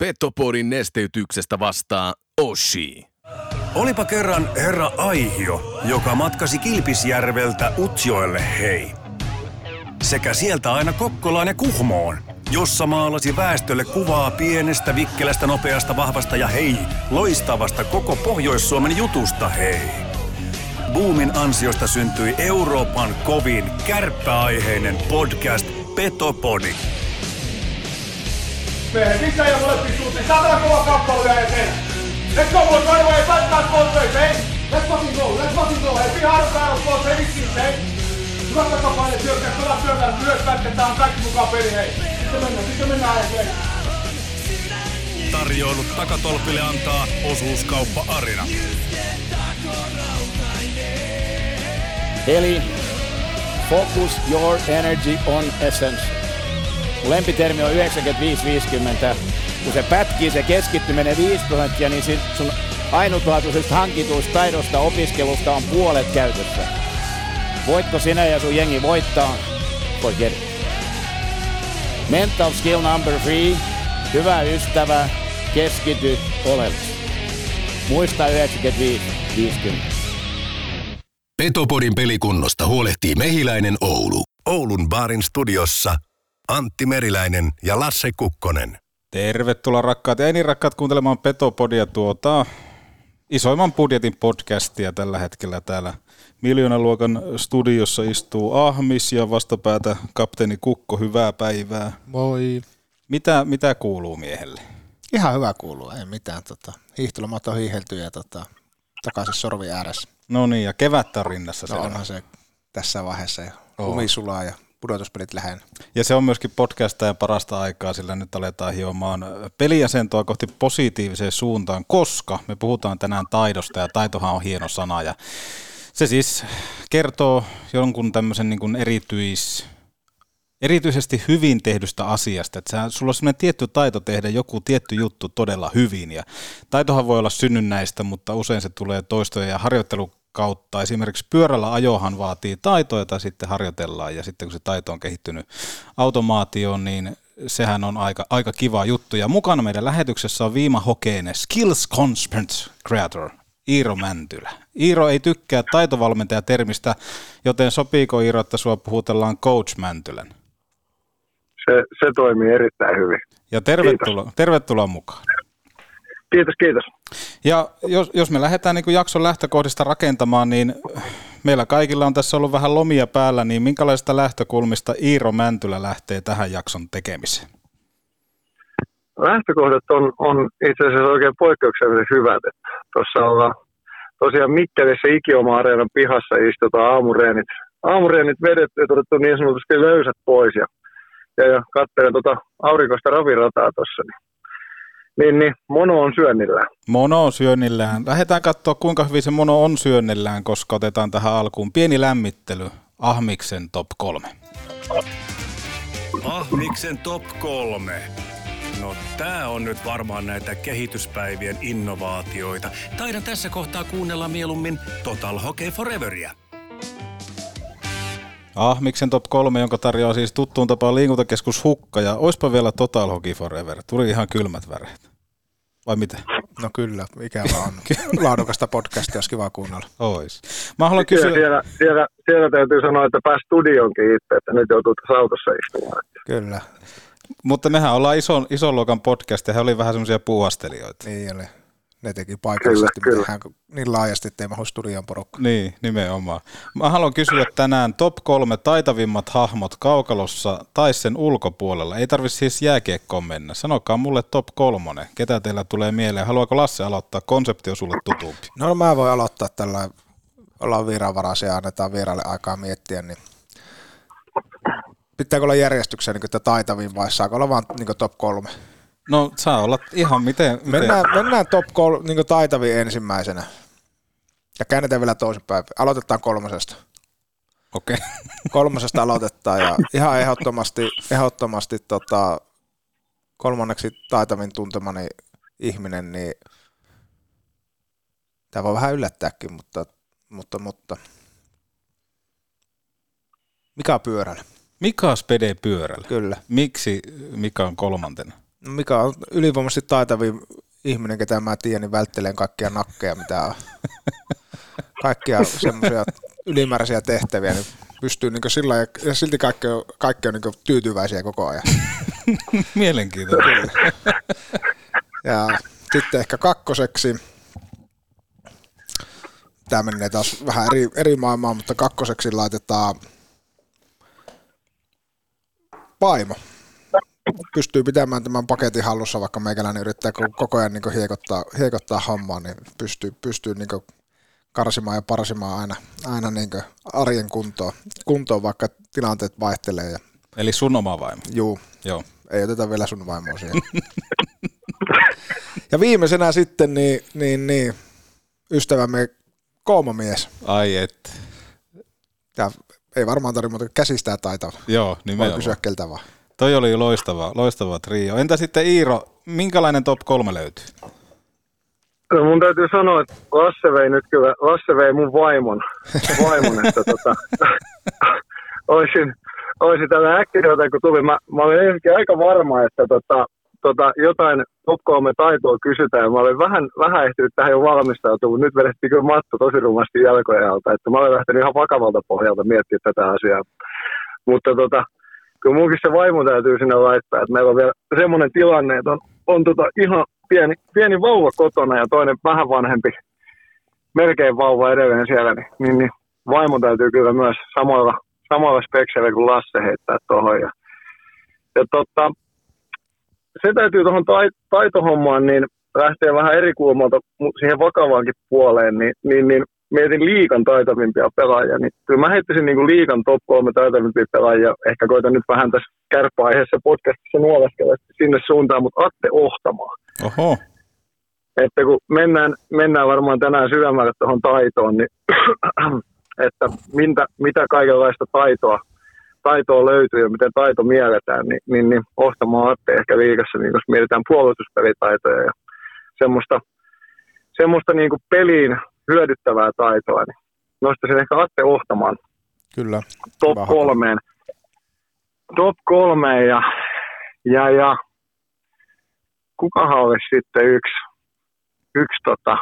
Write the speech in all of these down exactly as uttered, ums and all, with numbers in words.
Petopodin nesteytyksestä vastaa Oshi. Olipa kerran herra Aihio, joka matkasi Kilpisjärveltä Utsjoelle hei. Sekä sieltä aina Kokkolaan ja Kuhmoon, jossa maalasi väestölle kuvaa pienestä, vikkelästä, nopeasta, vahvasta ja hei, loistavasta koko Pohjois-Suomen jutusta hei. Boomin ansiosta syntyi Euroopan kovin kärppäaiheinen podcast Petopodi. Mehän sisään ja molempiin suuntiin. Saatana kova kappale vielä eteen. Let's go boys, right away. Fight that both ways, hey. Let's fucking go, let's fucking go. Hey, be hard battle boys, hey, vittiin, hey. Hyvät takapaine, syökää, pelaa syökää, myös pätketään, on kaikki mukaan peli, hei. Sitten mennään, sitten mennään, hei. Tarjoilut takatolpille antaa Osuuskauppa Arina. Eli focus your energy on essence. Lempitermi on yhdeksänkymmentäviisi viisikymmentä. Kun se pätkii, se keskittyminen viisi prosenttia, niin sit sun ainutlaatuisesta hankituista taidosta opiskelusta on puolet käytössä. Voitko sinä ja sun jengi voittaa? Forget it. Mental skill number three. Hyvä ystävä, keskity oleellisesti. Muista yhdeksänkymmentäviisi viisikymmentä. Petopodin pelikunnosta huolehtii Mehiläinen Oulu. Oulun baarin studiossa Antti Meriläinen ja Lasse Kukkonen. Tervetuloa rakkaat ja niin rakkaat kuuntelemaan Petopodia, tuota isoimman budjetin podcastia tällä hetkellä täällä. Miljoonaluokan studiossa istuu Ahmis ja vastapäätä kapteeni Kukko, hyvää päivää. Moi. Mitä, mitä kuuluu miehelle? Ihan hyvä kuuluu, ei mitään. Tota, hiihtolomat on hiihelty ja tota, takaisin sorvi ääressä. No niin, ja kevättä on rinnassa. No onhan se tässä vaiheessa jo lumi sulaa ja pudotuspelit lähellä. Ja se on myöskin podcasta ja parasta aikaa, sillä nyt aletaan hiomaan peliasentoa kohti positiiviseen suuntaan, koska me puhutaan tänään taidosta ja taitohan on hieno sana ja se siis kertoo jonkun tämmöisen niin kuin erityis, erityisesti hyvin tehdystä asiasta, että sä, sulla on semmoinen tietty taito tehdä joku tietty juttu todella hyvin ja taitohan voi olla synnynnäistä, mutta usein se tulee toistoja ja harjoittelu kautta. Esimerkiksi pyörällä ajohan vaatii taitoja, jota sitten harjoitellaan ja sitten kun se taito on kehittynyt automaatioon, niin sehän on aika, aika kiva juttu. Ja mukana meidän lähetyksessä on viimahokeinen Skills Conference Creator Iiro Mäntylä. Iiro ei tykkää taitovalmentajatermistä, joten sopiiko Iiro, että sua puhutellaan Coach Mäntylän? Se, se toimii erittäin hyvin. Ja tervetuloa, tervetuloa mukaan. Kiitos, kiitos. Ja jos, jos me lähdetään niin kuin jakson lähtökohdista rakentamaan, niin meillä kaikilla on tässä ollut vähän lomia päällä, niin minkälaisista lähtökulmista Iiro Mäntylä lähtee tähän jakson tekemiseen? Lähtökohdat on, on itse asiassa oikein poikkeuksellisen hyvät. Tuossa ollaan tosiaan Mikkelissä Ikioma-areenan pihassa istutaan aamureenit, aamureenit vedetty ja todettu niin sanotusti löysät pois ja, ja, ja katselen tuota aurinkoista ravirataa tuossa. Niin. Niin, niin, mono on syönnillään. Mono on syönnillään. Lähdetään katsoa, kuinka hyvin se mono on syönnillään, koska otetaan tähän alkuun pieni lämmittely. Ahmiksen top kolme. Ahmiksen top kolme. No tää on nyt varmaan näitä kehityspäivien innovaatioita. Taidan tässä kohtaa kuunnella mieluummin Total Hockey Foreveria. Ahmiksen top kolme, jonka tarjoaa siis tuttuun tapaan liikuntakeskus Hukka, ja oispa vielä Total Hockey Forever. Tuli ihan kylmät väreet. Vai mitä? No kyllä, ikävä on. Laadukasta podcastia, olisi kiva kuunnella. Ois. Mä haluan kysyä... Siellä, siellä, siellä täytyy sanoa, että pääsi studionkin itse, että nyt joutuu tässä autossa istumaan. Kyllä. Mutta mehän ollaan ison, ison luokan podcast, ja he oli vähän semmoisia puuhastelijoita. Niin oli. Ne teki paikallisesti, kyllä, mutta kyllä. Niin laajasti, ettei mahu studion porukka. Niin, nimenomaan. Mä haluan kysyä tänään top kolme taitavimmat hahmot kaukalossa tai sen ulkopuolella. Ei tarvitse siis jääkiekkoon mennä. Sanokaa mulle top kolmonen. Ketä teillä tulee mieleen? Haluaako Lasse aloittaa? Konsepti on sulle tutumpi. No mä voin aloittaa tällä, ollaan vieraanvaraisia ja annetaan vieraille aikaa miettiä. Niin pitääkö olla järjestyksessä niin taitavin vai saako olla vaan niin top kolme? No saa olla ihan miten... miten... Mennään, mennään top kolme niin taitaviin ensimmäisenä. Ja käännetään vielä toisinpäin. Aloitetaan kolmosesta. Okei. Okay. Kolmosesta aloitetaan ja ihan ehdottomasti, ehdottomasti tota, kolmanneksi taitavin tuntemani ihminen, niin tämä voi vähän yllättääkin, mutta, mutta, mutta. Mika Pyörällä. Mika Spede Pyörällä? Kyllä. Miksi Mika on kolmantena? Mikä on ylivoimaisesti taitavin ihminen, ketä mä tiedän, niin välttelee kaikkia nakkeja, mitä on. Kaikkia semmoisia ylimääräisiä tehtäviä, niin pystyy niin sillä lailla, ja silti kaikki on, kaikki on niin tyytyväisiä koko ajan. Mielenkiintoinen. Ja sitten ehkä kakkoseksi, tämä menee taas vähän eri, eri maailmaa, mutta kakkoseksi laitetaan vaimo. Pystyy pitämään tämän paketin hallussa, vaikka meikäläinen yrittää koko ajan niin hiekottaa, hiekottaa hommaa, niin pystyy, pystyy niin karsimaan ja parsimaan aina, aina niin arjen kuntoon, kuntoon, vaikka tilanteet vaihtelee. Ja eli sun oma vaimo? Juu. Joo. Ei oteta vielä sun vaimoa siihen. Ja viimeisenä sitten niin, niin, niin ystävämme Koomamies. Ai et. Ja ei varmaan tarvitse muuta käsistää taitoa. Joo, nimenomaan. Voi kysyä keltä vaan. Toi oli loistava, loistava trio. Entä sitten Iiro, minkälainen top kolme löytyy? No mun täytyy sanoa, että Lasse vei nyt kyllä, Lasse vei mun vaimon, vaimon että tota, olisin, olisin tällä äkkiseltä, kun tuli, mä, mä olin ensinnäkin aika varma, että tota, tota, jotain top kolme taitoa kysytään. Mä olin vähän, vähän ehtinyt tähän jo valmistautua, mutta nyt vedettiin kyllä matto tosi rumasti jalkojen alta, että mä olen lähtenyt ihan vakavalta pohjalta miettimään tätä asiaa. Mutta tota, kyllä munkin se vaimo täytyy sinne laittaa, että meillä on vielä semmoinen tilanne, että on, on tota ihan pieni, pieni vauva kotona ja toinen vähän vanhempi, melkein vauva edelleen siellä, niin, niin, niin vaimo täytyy kyllä myös samoilla, samoilla spekseillä kuin Lasse heittää tuohon. Ja, ja tota, se täytyy tuohon taitohommaan niin lähteä vähän eri kulmalta siihen vakavaankin puoleen, niin, niin, niin mietin liigan taitavimpia pelaajia, niin kyllä mä heittäisin niin kuin liigan top kolme taitavimpia pelaajia, ehkä koitan nyt vähän tässä kärppäaiheessa podcastissa nuoleskella sinne suuntaan, mutta Atte Ohtamaa. Oho. Että kun mennään, mennään varmaan tänään syvemmälle tuohon taitoon, niin että mitä, mitä kaikenlaista taitoa, taitoa löytyy ja miten taito mielletään, niin, niin, niin Ohtamaa Atte ehkä liigassa, niin jos mietitään puolustuspelitaitoja ja semmoista, semmoista niin kuin peliin hyödyttävää taitoa, niin nostaisin ehkä Atte Ohtamaan Kyllä. top Vähän. kolmeen. Top kolmeen ja, ja, ja kukahan olisi sitten yksi, yksi tota,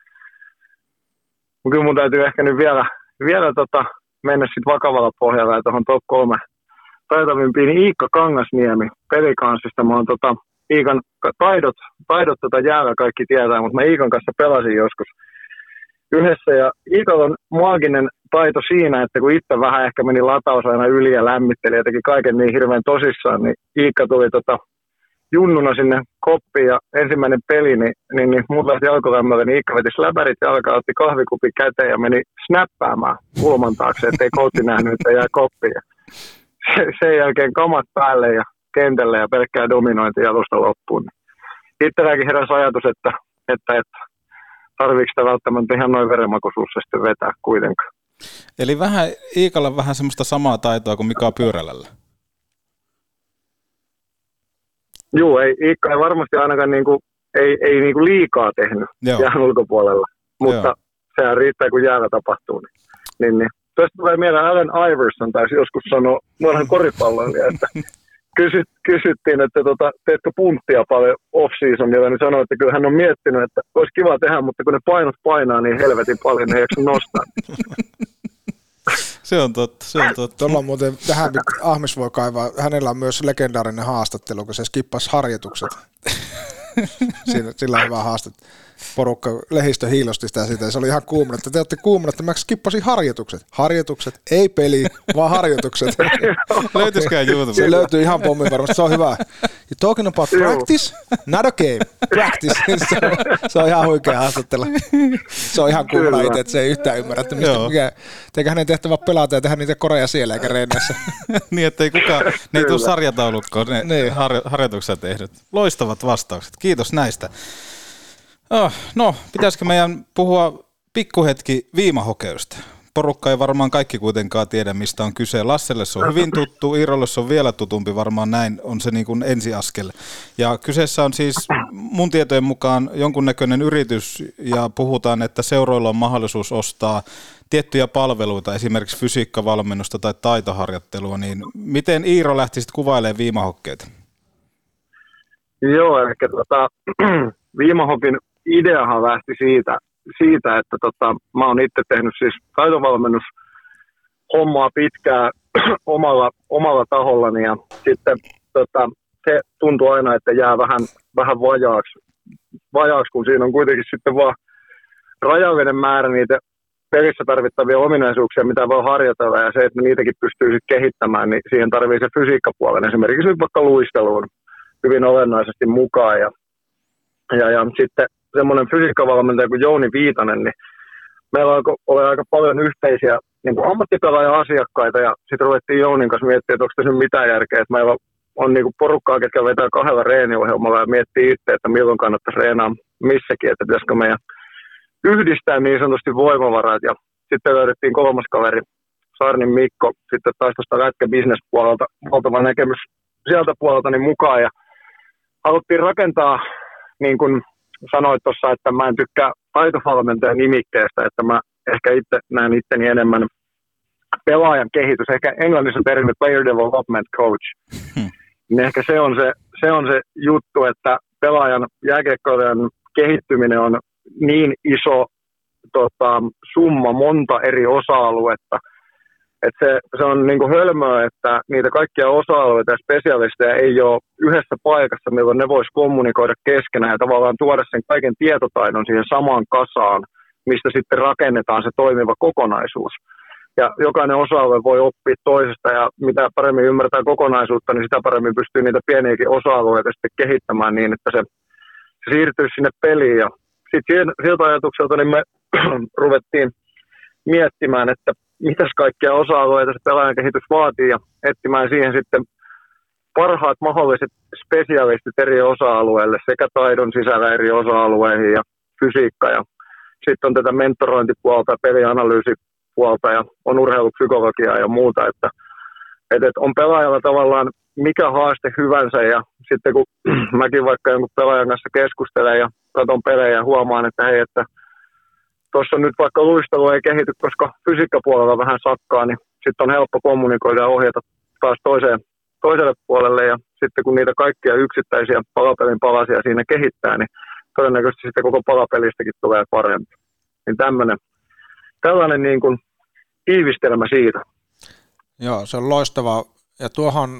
kyllä mun täytyy ehkä nyt vielä, vielä tota, mennä sitten vakavalla pohjalla ja tuohon top kolme taitavimpiin, niin Iikka Kangasniemi pelikansista. Mä oon tota, Iikan taidot, taidot tota jäällä kaikki tietää, mutta mä Iikan kanssa pelasin joskus yhdessä ja Iikalla on maaginen taito siinä, että kun itse vähän ehkä meni lataus aina yli ja lämmitteli ja teki kaiken niin hirveän tosissaan, niin Iikka tuli tota junnuna sinne koppiin ja ensimmäinen peli, niin, niin, niin muut lähti alkulämmölle, niin Iikka veti släpärit jalkaan, otti kahvikupin käteen ja meni snappaamaan kulman taakse, ettei koutsi nähnyt, että jää koppiin. Sen jälkeen kamat päälle ja kentälle ja pelkkää dominointia alusta loppuun. Itselläkin heräsi ajatus, että, että, että tarviiko sitä välttämättä ihan noin verenmakuisuus sitten vetää kuitenkaan. Eli vähän, Iikalla vähän semmoista samaa taitoa kuin Mika Pyörälällä. Joo, ei, Iikka ei varmasti ainakaan niinku, ei, ei niinku liikaa tehnyt jään ulkopuolella, mutta Joo. sehän riittää kun jäällä tapahtuu. Niin, niin, niin. Tuosta tulee mieleen Allen Iverson taisi joskus sanoa nuoren koripalloilija, että kysyt, kysyttiin, että tota, teetkö punttia paljon off-seasonilla, niin sanoi, että kyllä hän on miettinyt, että olisi kiva tehdä, mutta kun ne painot painaa niin helvetin paljon, ne ei jaksa nostaa. Se on totta, se on totta. Tuolla on muuten, tähän Ahmis voi kaivaa, hänellä on myös legendaarinen haastattelu, kun se skippasi harjoitukset. Siinä, sillä on hyvä haastattelu. Porukka lehdistö hiilosti sitä siitä, ja se oli ihan kuumana, että te olette kuumana, että mä skippasin harjoitukset. Harjoitukset, ei peli, vaan harjoitukset. Löytyisikään YouTubesta? Se löytyy ihan pommin varmasti, se on hyvä. You talking about practice? Not a game, practice. Se on, se on ihan huikea haastattelu. Se on ihan kuumana itse, että se ei yhtään ymmärrä, että mistä mikä, eikä hänen tehtävä pelata ja tehdä niitä koreja siellä eikä reeneissä. Niin, ettei kukaan, ne ei tule sarjataulukkoon, ne niin. har, harjoituksia tehnyt. Loistavat vastaukset, kiitos näistä. Oh, no, pitäisikö meidän puhua pikkuhetki viimahokeusta? Porukka ei varmaan kaikki kuitenkaan tiedä, mistä on kyse. Lasselle se on hyvin tuttu, Iirolle se on vielä tutumpi, varmaan näin on se niin kuin ensiaskel. Ja kyseessä on siis mun tietojen mukaan jonkunnäköinen yritys, ja puhutaan, että seuroilla on mahdollisuus ostaa tiettyjä palveluita, esimerkiksi fysiikkavalmennusta tai taitoharjoittelua, niin miten Iiro lähti sitten kuvailemaan viimahokkeita? Joo, eli tota, Viimahopin ideahan lähti siitä, siitä että tota, mä oon itse tehnyt siis taitovalmennushommaa pitkään omalla, omalla tahollani ja sitten tota, se tuntuu aina, että jää vähän, vähän vajaaksi, vajaaksi, kun siinä on kuitenkin sitten vaan rajallinen määrä niitä pelissä tarvittavia ominaisuuksia, mitä voi harjoitella ja se, että niitäkin pystyy sitten kehittämään, niin siihen tarvii se fysiikkapuolen, esimerkiksi nyt vaikka luisteluun hyvin olennaisesti mukaan ja, ja, ja sitten semmoinen fysiikkavalmentaja kuin Jouni Viitanen, niin meillä oli aika paljon yhteisiä niin kuin ammattipelaaja-asiakkaita ja sitten ruvettiin Jounin kanssa miettimään, että onko tässä nyt mitään järkeä, että meillä on niin kuin porukkaa, ketkä vetää kahdella reeniohjelmalla ja miettii itse, että milloin kannattaisi reenaa missäkin, että pitäisikö meidän yhdistää niin sanotusti voimavarat ja sitten löydettiin kolmas kaveri, Sarnin Mikko, sitten taas tuosta lätkäbisnespuolelta, valtava näkemys sieltä puolelta niin mukaan ja haluttiin rakentaa, niin kuin sanoit tuossa, että mä en tykkää taitovalmentajan nimikkeestä, että mä ehkä itse näen itteni enemmän pelaajan kehitys, ehkä englannissa termi player development coach, hmm. niin ehkä se on se, se on se juttu, että pelaajan jääkiekkoilijan kehittyminen on niin iso tota, summa, monta eri osa-aluetta, että se, se on niin kuin hölmöä, että niitä kaikkia osa-alueita ja spesialisteja ei ole yhdessä paikassa, milloin ne vois kommunikoida keskenään ja tavallaan tuoda sen kaiken tietotaidon siihen samaan kasaan, mistä sitten rakennetaan se toimiva kokonaisuus. Ja jokainen osa-alue voi oppia toisesta ja mitä paremmin ymmärtää kokonaisuutta, niin sitä paremmin pystyy niitä pieniäkin osa-alueita sitten kehittämään niin, että se, se siirtyy sinne peliin. Ja sitten siltä ajatukselta niin me ruvettiin miettimään, että mitäs kaikkia osa-alueita se pelaajan kehitys vaatii ja etsimään siihen sitten parhaat mahdolliset spesialistit eri osa-alueille sekä taidon sisällä eri osa-alueihin ja fysiikka ja sitten on tätä mentorointipuolta ja pelianalyysipuolta ja on urheilupsykologiaa ja muuta, että, että on pelaajalla tavallaan mikä haaste hyvänsä ja sitten kun mäkin vaikka jonkun pelaajan kanssa keskustelen ja katson pelejä ja huomaan, että hei, että tuossa nyt vaikka luistelu ei kehity, koska fysiikkapuolella vähän sakkaa, niin sitten on helppo kommunikoida ja ohjata taas toiseen, toiselle puolelle ja sitten kun niitä kaikkia yksittäisiä palapelin palasia siinä kehittää, niin todennäköisesti sitten koko palapelistäkin tulee parempi. Niin tämmöinen, tällainen niin kuin tiivistelmä siitä. Joo, se on loistavaa. Ja tuohon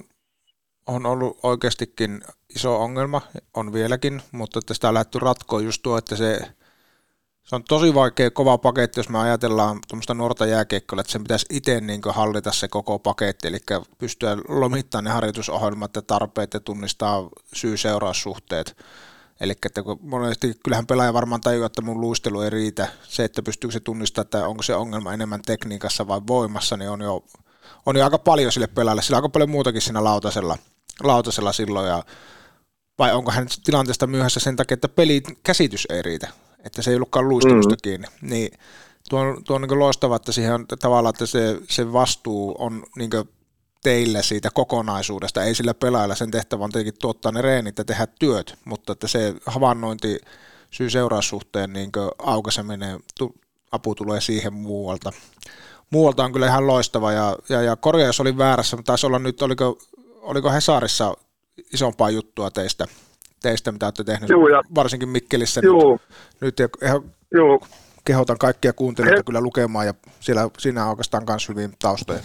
on ollut oikeastikin iso ongelma, on vieläkin, mutta että sitä on lähdetty ratkoon just tuo, että se, se on tosi vaikea kova paketti, jos me ajatellaan tuommoista nuorta jääkiekkoa, että sen pitäisi itse niin kuin hallita se koko paketti, eli pystyä lomittamaan ne harjoitusohjelmat ja tarpeet ja tunnistaa syy-seuraussuhteet. Eli että monesti kyllähän pelaaja varmaan tajuaa, että mun luistelu ei riitä. Se, että pystyykö se tunnistamaan, että onko se ongelma enemmän tekniikassa vai voimassa, niin on jo, on jo aika paljon sille pelaajalle. Sillä on aika paljon muutakin siinä lautasella, lautasella silloin. Ja, vai onko hän tilanteesta myöhässä sen takia, että pelin käsitys ei riitä. Että se ei ollutkaan luistelusta kiinni. Niin, tuo on, tuo on niin loistavaa, että siihen on tavallaan, että se, se vastuu on niin teille siitä kokonaisuudesta, ei sillä pelaajalla, sen tehtävä on tietenkin tuottaa ne reenit ja tehdä työt, mutta että se havainnointi syy-seuraussuhteen niin aukaiseminen, apu tulee siihen muualta. Muualta on kyllä ihan loistava ja, ja, ja korjaa, jos olin väärässä, taisi olla nyt, oliko, oliko Hesarissa isompaa juttua teistä, teistä mitä olette tehnyt, Juu, ja, varsinkin Mikkelissä Juu, nyt, nyt ja Juu. kehotan kaikkia kuuntelijoita kyllä lukemaan ja siellä, siinä on oikeastaan myös hyvin taustoja.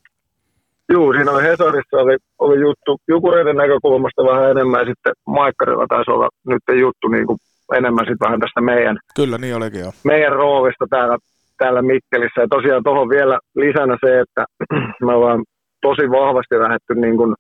Joo, siinä oli Hesarissa oli, oli juttu Jukureiden näkökulmasta vähän enemmän ja sitten Maikkarilla taisi olla nyt juttu niin kuin enemmän sitten vähän tästä meidän, Kyllä, niin olikin jo. meidän roolista täällä, täällä Mikkelissä. Ja tosiaan tuohon vielä lisänä se, että me ollaan tosi vahvasti lähdetty niin kuin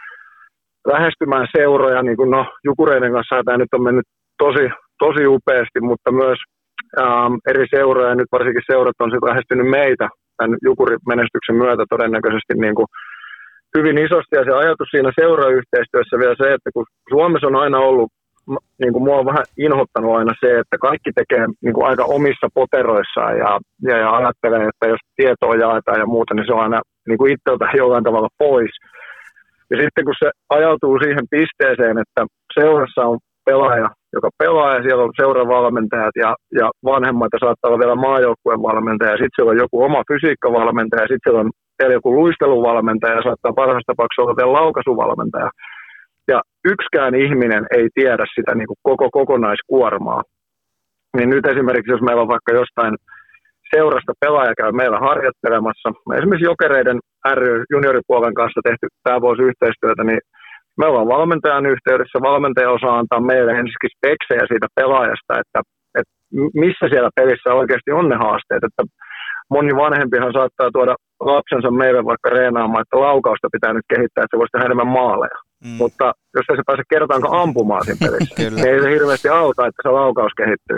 lähestymään seuroja. Niin kuin, no, Jukureiden kanssa tämä nyt on mennyt tosi, tosi upeasti, mutta myös ähm, eri seuroja, nyt varsinkin seurat on sitten lähestynyt meitä tämän Jukuri-menestyksen myötä todennäköisesti niin kuin hyvin isosti. Ja se ajatus siinä seurayhteistyössä vielä se, että kun Suomessa on aina ollut, niin kuin mua on vähän inhottanut aina se, että kaikki tekee niin kuin aika omissa poteroissaan ja, ja, ja ajattelee, että jos tietoa jaetaan ja muuta, niin se on aina niin kuin itseltään jollain tavalla pois. Ja sitten kun se ajautuu siihen pisteeseen, että seurassa on pelaaja, joka pelaa ja siellä on seuravalmentajat ja, ja vanhemmat ja saattaa olla vielä maajoukkueen valmentaja ja sitten siellä on joku oma fysiikkavalmentaja ja sitten siellä on vielä joku luisteluvalmentaja ja saattaa parhaassa tapauksessa olla vielä laukaisuvalmentaja. ja yksikään ihminen ei tiedä sitä niin kuin koko kokonaiskuormaa. Niin nyt esimerkiksi, jos meillä on vaikka jostain seurasta pelaaja käy meillä harjoittelemassa, esimerkiksi Jokereiden ry junioripuolen kanssa tehty tämä vuosi yhteistyötä, niin me ollaan valmentajan yhteydessä, valmentaja osaa antaa meille ensinnäkin speksejä siitä pelaajasta, että, että missä siellä pelissä oikeasti on ne haasteet, että moni vanhempihan saattaa tuoda lapsensa meille vaikka reenaamaan, että laukausta pitää nyt kehittää, että se voisi tehdä enemmän maaleja. Mm. Mutta jos ei se pääse kertaankaan ampumaan siinä pelissä, niin ei se hirveästi auta, että se laukaus kehittyy.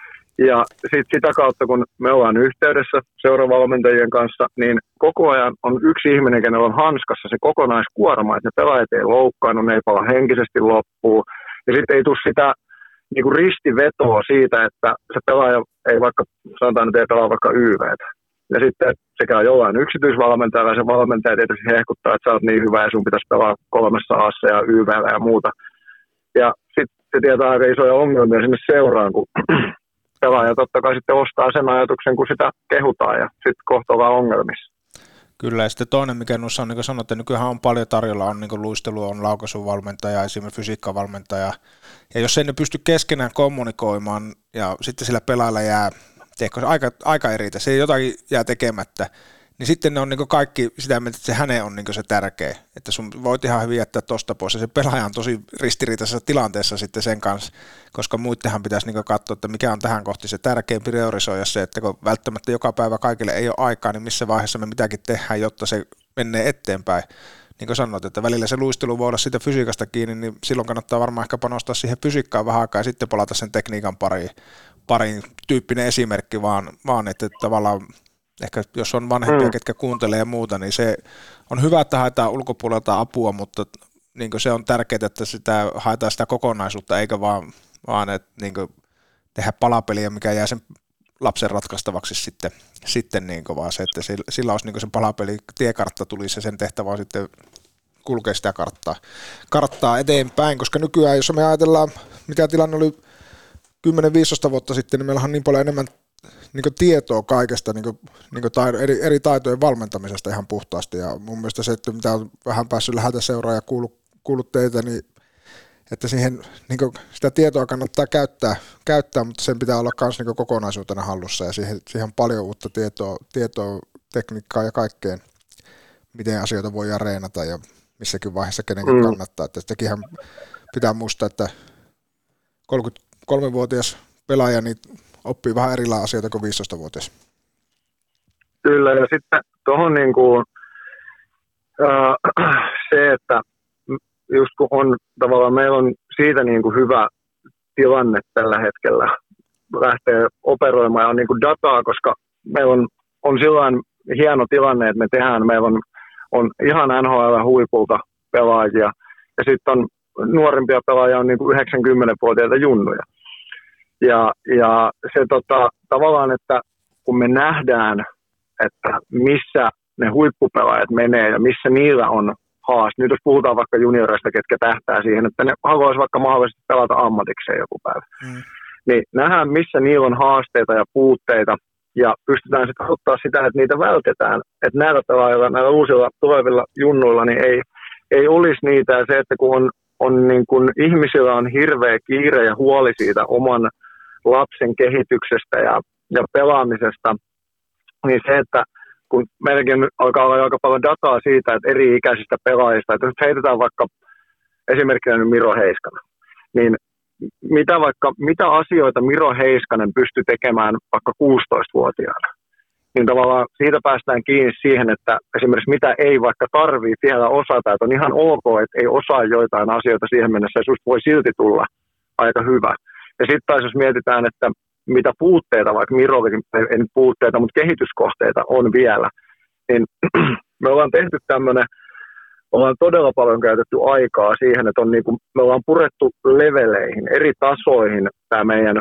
Ja sitten sitä kautta, kun me ollaan yhteydessä seuravalmentajien kanssa, niin koko ajan on yksi ihminen, kenellä on hanskassa se kokonaiskuorma, että ne pelaajat ei loukkaannu, ne ei pala henkisesti loppuun. Ja sitten ei tule sitä niin kuin ristivetoa siitä, että se pelaaja ei vaikka, sanotaan nyt ei pelaa vaikka Y V:tä. Ja sitten sekä jollain yksityisvalmentajalla ja se valmentaja tietysti hehkuttaa, että sä oot niin hyvä ja sun pitäisi pelaa kolmessa A:ssa ja Y V:llä ja muuta. Ja sitten se tietää aika isoja ongelmia sinne seuraan, kun pelaaja totta kai sitten ostaa sen ajatuksen, kun sitä kehutaan ja sitten kohta ollaan ongelmissa. Kyllä, ja sitten toinen, mikä noissa on, niin kuin sanotte, nykyään on paljon tarjolla, on niin kuin luistelu, on laukaisuvalmentaja, esimerkiksi fysiikkavalmentaja, ja jos ei ne pysty keskenään kommunikoimaan, ja sitten sillä pelaajalla jää, teekö, aika, aika eritä, se jotakin jää tekemättä, niin sitten ne on niin kaikki sitä mieltä, että se hänen on niin se tärkeä, että sun voit ihan hyvin jättää tosta pois, ja se pelaaja on tosi ristiriitaisessa tilanteessa sitten sen kanssa, koska muittenhan pitäisi niin katsoa, että mikä on tähän kohti se tärkein priorisoida se, että kun välttämättä joka päivä kaikille ei ole aikaa, niin missä vaiheessa me mitäkin tehdään, jotta se menee eteenpäin. Niin kuin sanoit, että välillä se luistelu voi olla siitä fysiikasta kiinni, niin silloin kannattaa varmaan ehkä panostaa siihen fysiikkaan vähän aikaa ja sitten palata sen tekniikan pariin, pariin tyyppinen esimerkki, vaan, vaan että tavallaan ehkä jos on vanhempia, mm. ketkä kuuntelee ja muuta, niin se on hyvä, että haetaan ulkopuolelta apua, mutta niin se on tärkeää, että sitä haetaan sitä kokonaisuutta, eikä vaan, vaan että niin tehdä palapeliä, mikä jää sen lapsen ratkaistavaksi sitten, sitten niin vaan se, että sillä, sillä olisi niin se palapeli, tiekartta tulisi ja sen tehtävä on sitten kulkea sitä karttaa, karttaa eteenpäin, koska nykyään, jos me ajatellaan, mikä tilanne oli kymmenen viisitoista vuotta sitten, niin meillä on niin paljon enemmän niin tietoa kaikesta niin kuin, niin kuin taito, eri, eri taitojen valmentamisesta ihan puhtaasti, ja mun mielestä se, että mitä on vähän päässyt läheltä seuraa ja kuullut, kuullut teitä, niin että siihen niin kuin sitä tietoa kannattaa käyttää, käyttää, mutta sen pitää olla myös niin kokonaisuutena hallussa, ja siihen, siihen on paljon uutta tietoa, tietoa, tekniikkaa ja kaikkeen, miten asioita voidaan reenata ja missäkin vaiheessa kenenkin mm. kannattaa. Että sitäkinhän pitää muistaa, että kolmekymmentäkolmevuotias pelaaja niin oppii vähän erilaisia asioita kuin viisitoistavuotias. Kyllä, ja sitten tuohon niin kuin, äh, se, että just kun on tavallaan, meillä on siitä niin kuin hyvä tilanne tällä hetkellä lähteä operoimaan ja on niin kuin dataa, koska meillä on, on sillain hieno tilanne, että me tehdään, meillä on, on ihan N H L-huipulta pelaajia ja sitten on nuorimpia pelaajia on niin kuin yhdeksänkymmentävuotiaita junnuja. Ja, ja se tota, tavallaan, että kun me nähdään, että missä ne huippupelaajat menee ja missä niillä on haaste. Nyt jos puhutaan vaikka junioreista, ketkä tähtää siihen, että ne haluaisi vaikka mahdollisesti pelata ammatikseen joku päivä. Mm. Niin nähdään, missä niillä on haasteita ja puutteita ja pystytään sitten ottaa sitä, että niitä vältetään. Että näillä pelaajilla, näillä uusilla tulevilla junnuilla, niin ei, ei olisi niitä. Ja se, että kun on, on niin kun ihmisillä on hirveä kiire ja huoli siitä oman lapsen kehityksestä ja, ja pelaamisesta, niin se, että kun meilläkin alkaa olla aika paljon dataa siitä, että eri ikäisistä pelaajista, että jos heitetään vaikka esimerkkinä nyt Miro Heiskanen, niin mitä, vaikka, mitä asioita Miro Heiskanen pystyy tekemään vaikka kuusitoistavuotiaana, niin tavallaan siitä päästään kiinni siihen, että esimerkiksi mitä ei vaikka tarvii vielä osata, että on ihan ok, että ei osaa joitain asioita siihen mennessä, ja susta voi silti tulla aika hyvä. Ja sitten taas jos mietitään, että mitä puutteita, vaikka Mirovikin, ei nyt puutteita, mutta kehityskohteita on vielä, niin me ollaan tehty tämmöinen, ollaan todella paljon käytetty aikaa siihen, että on niin kuin, me ollaan purettu leveleihin, eri tasoihin tämä meidän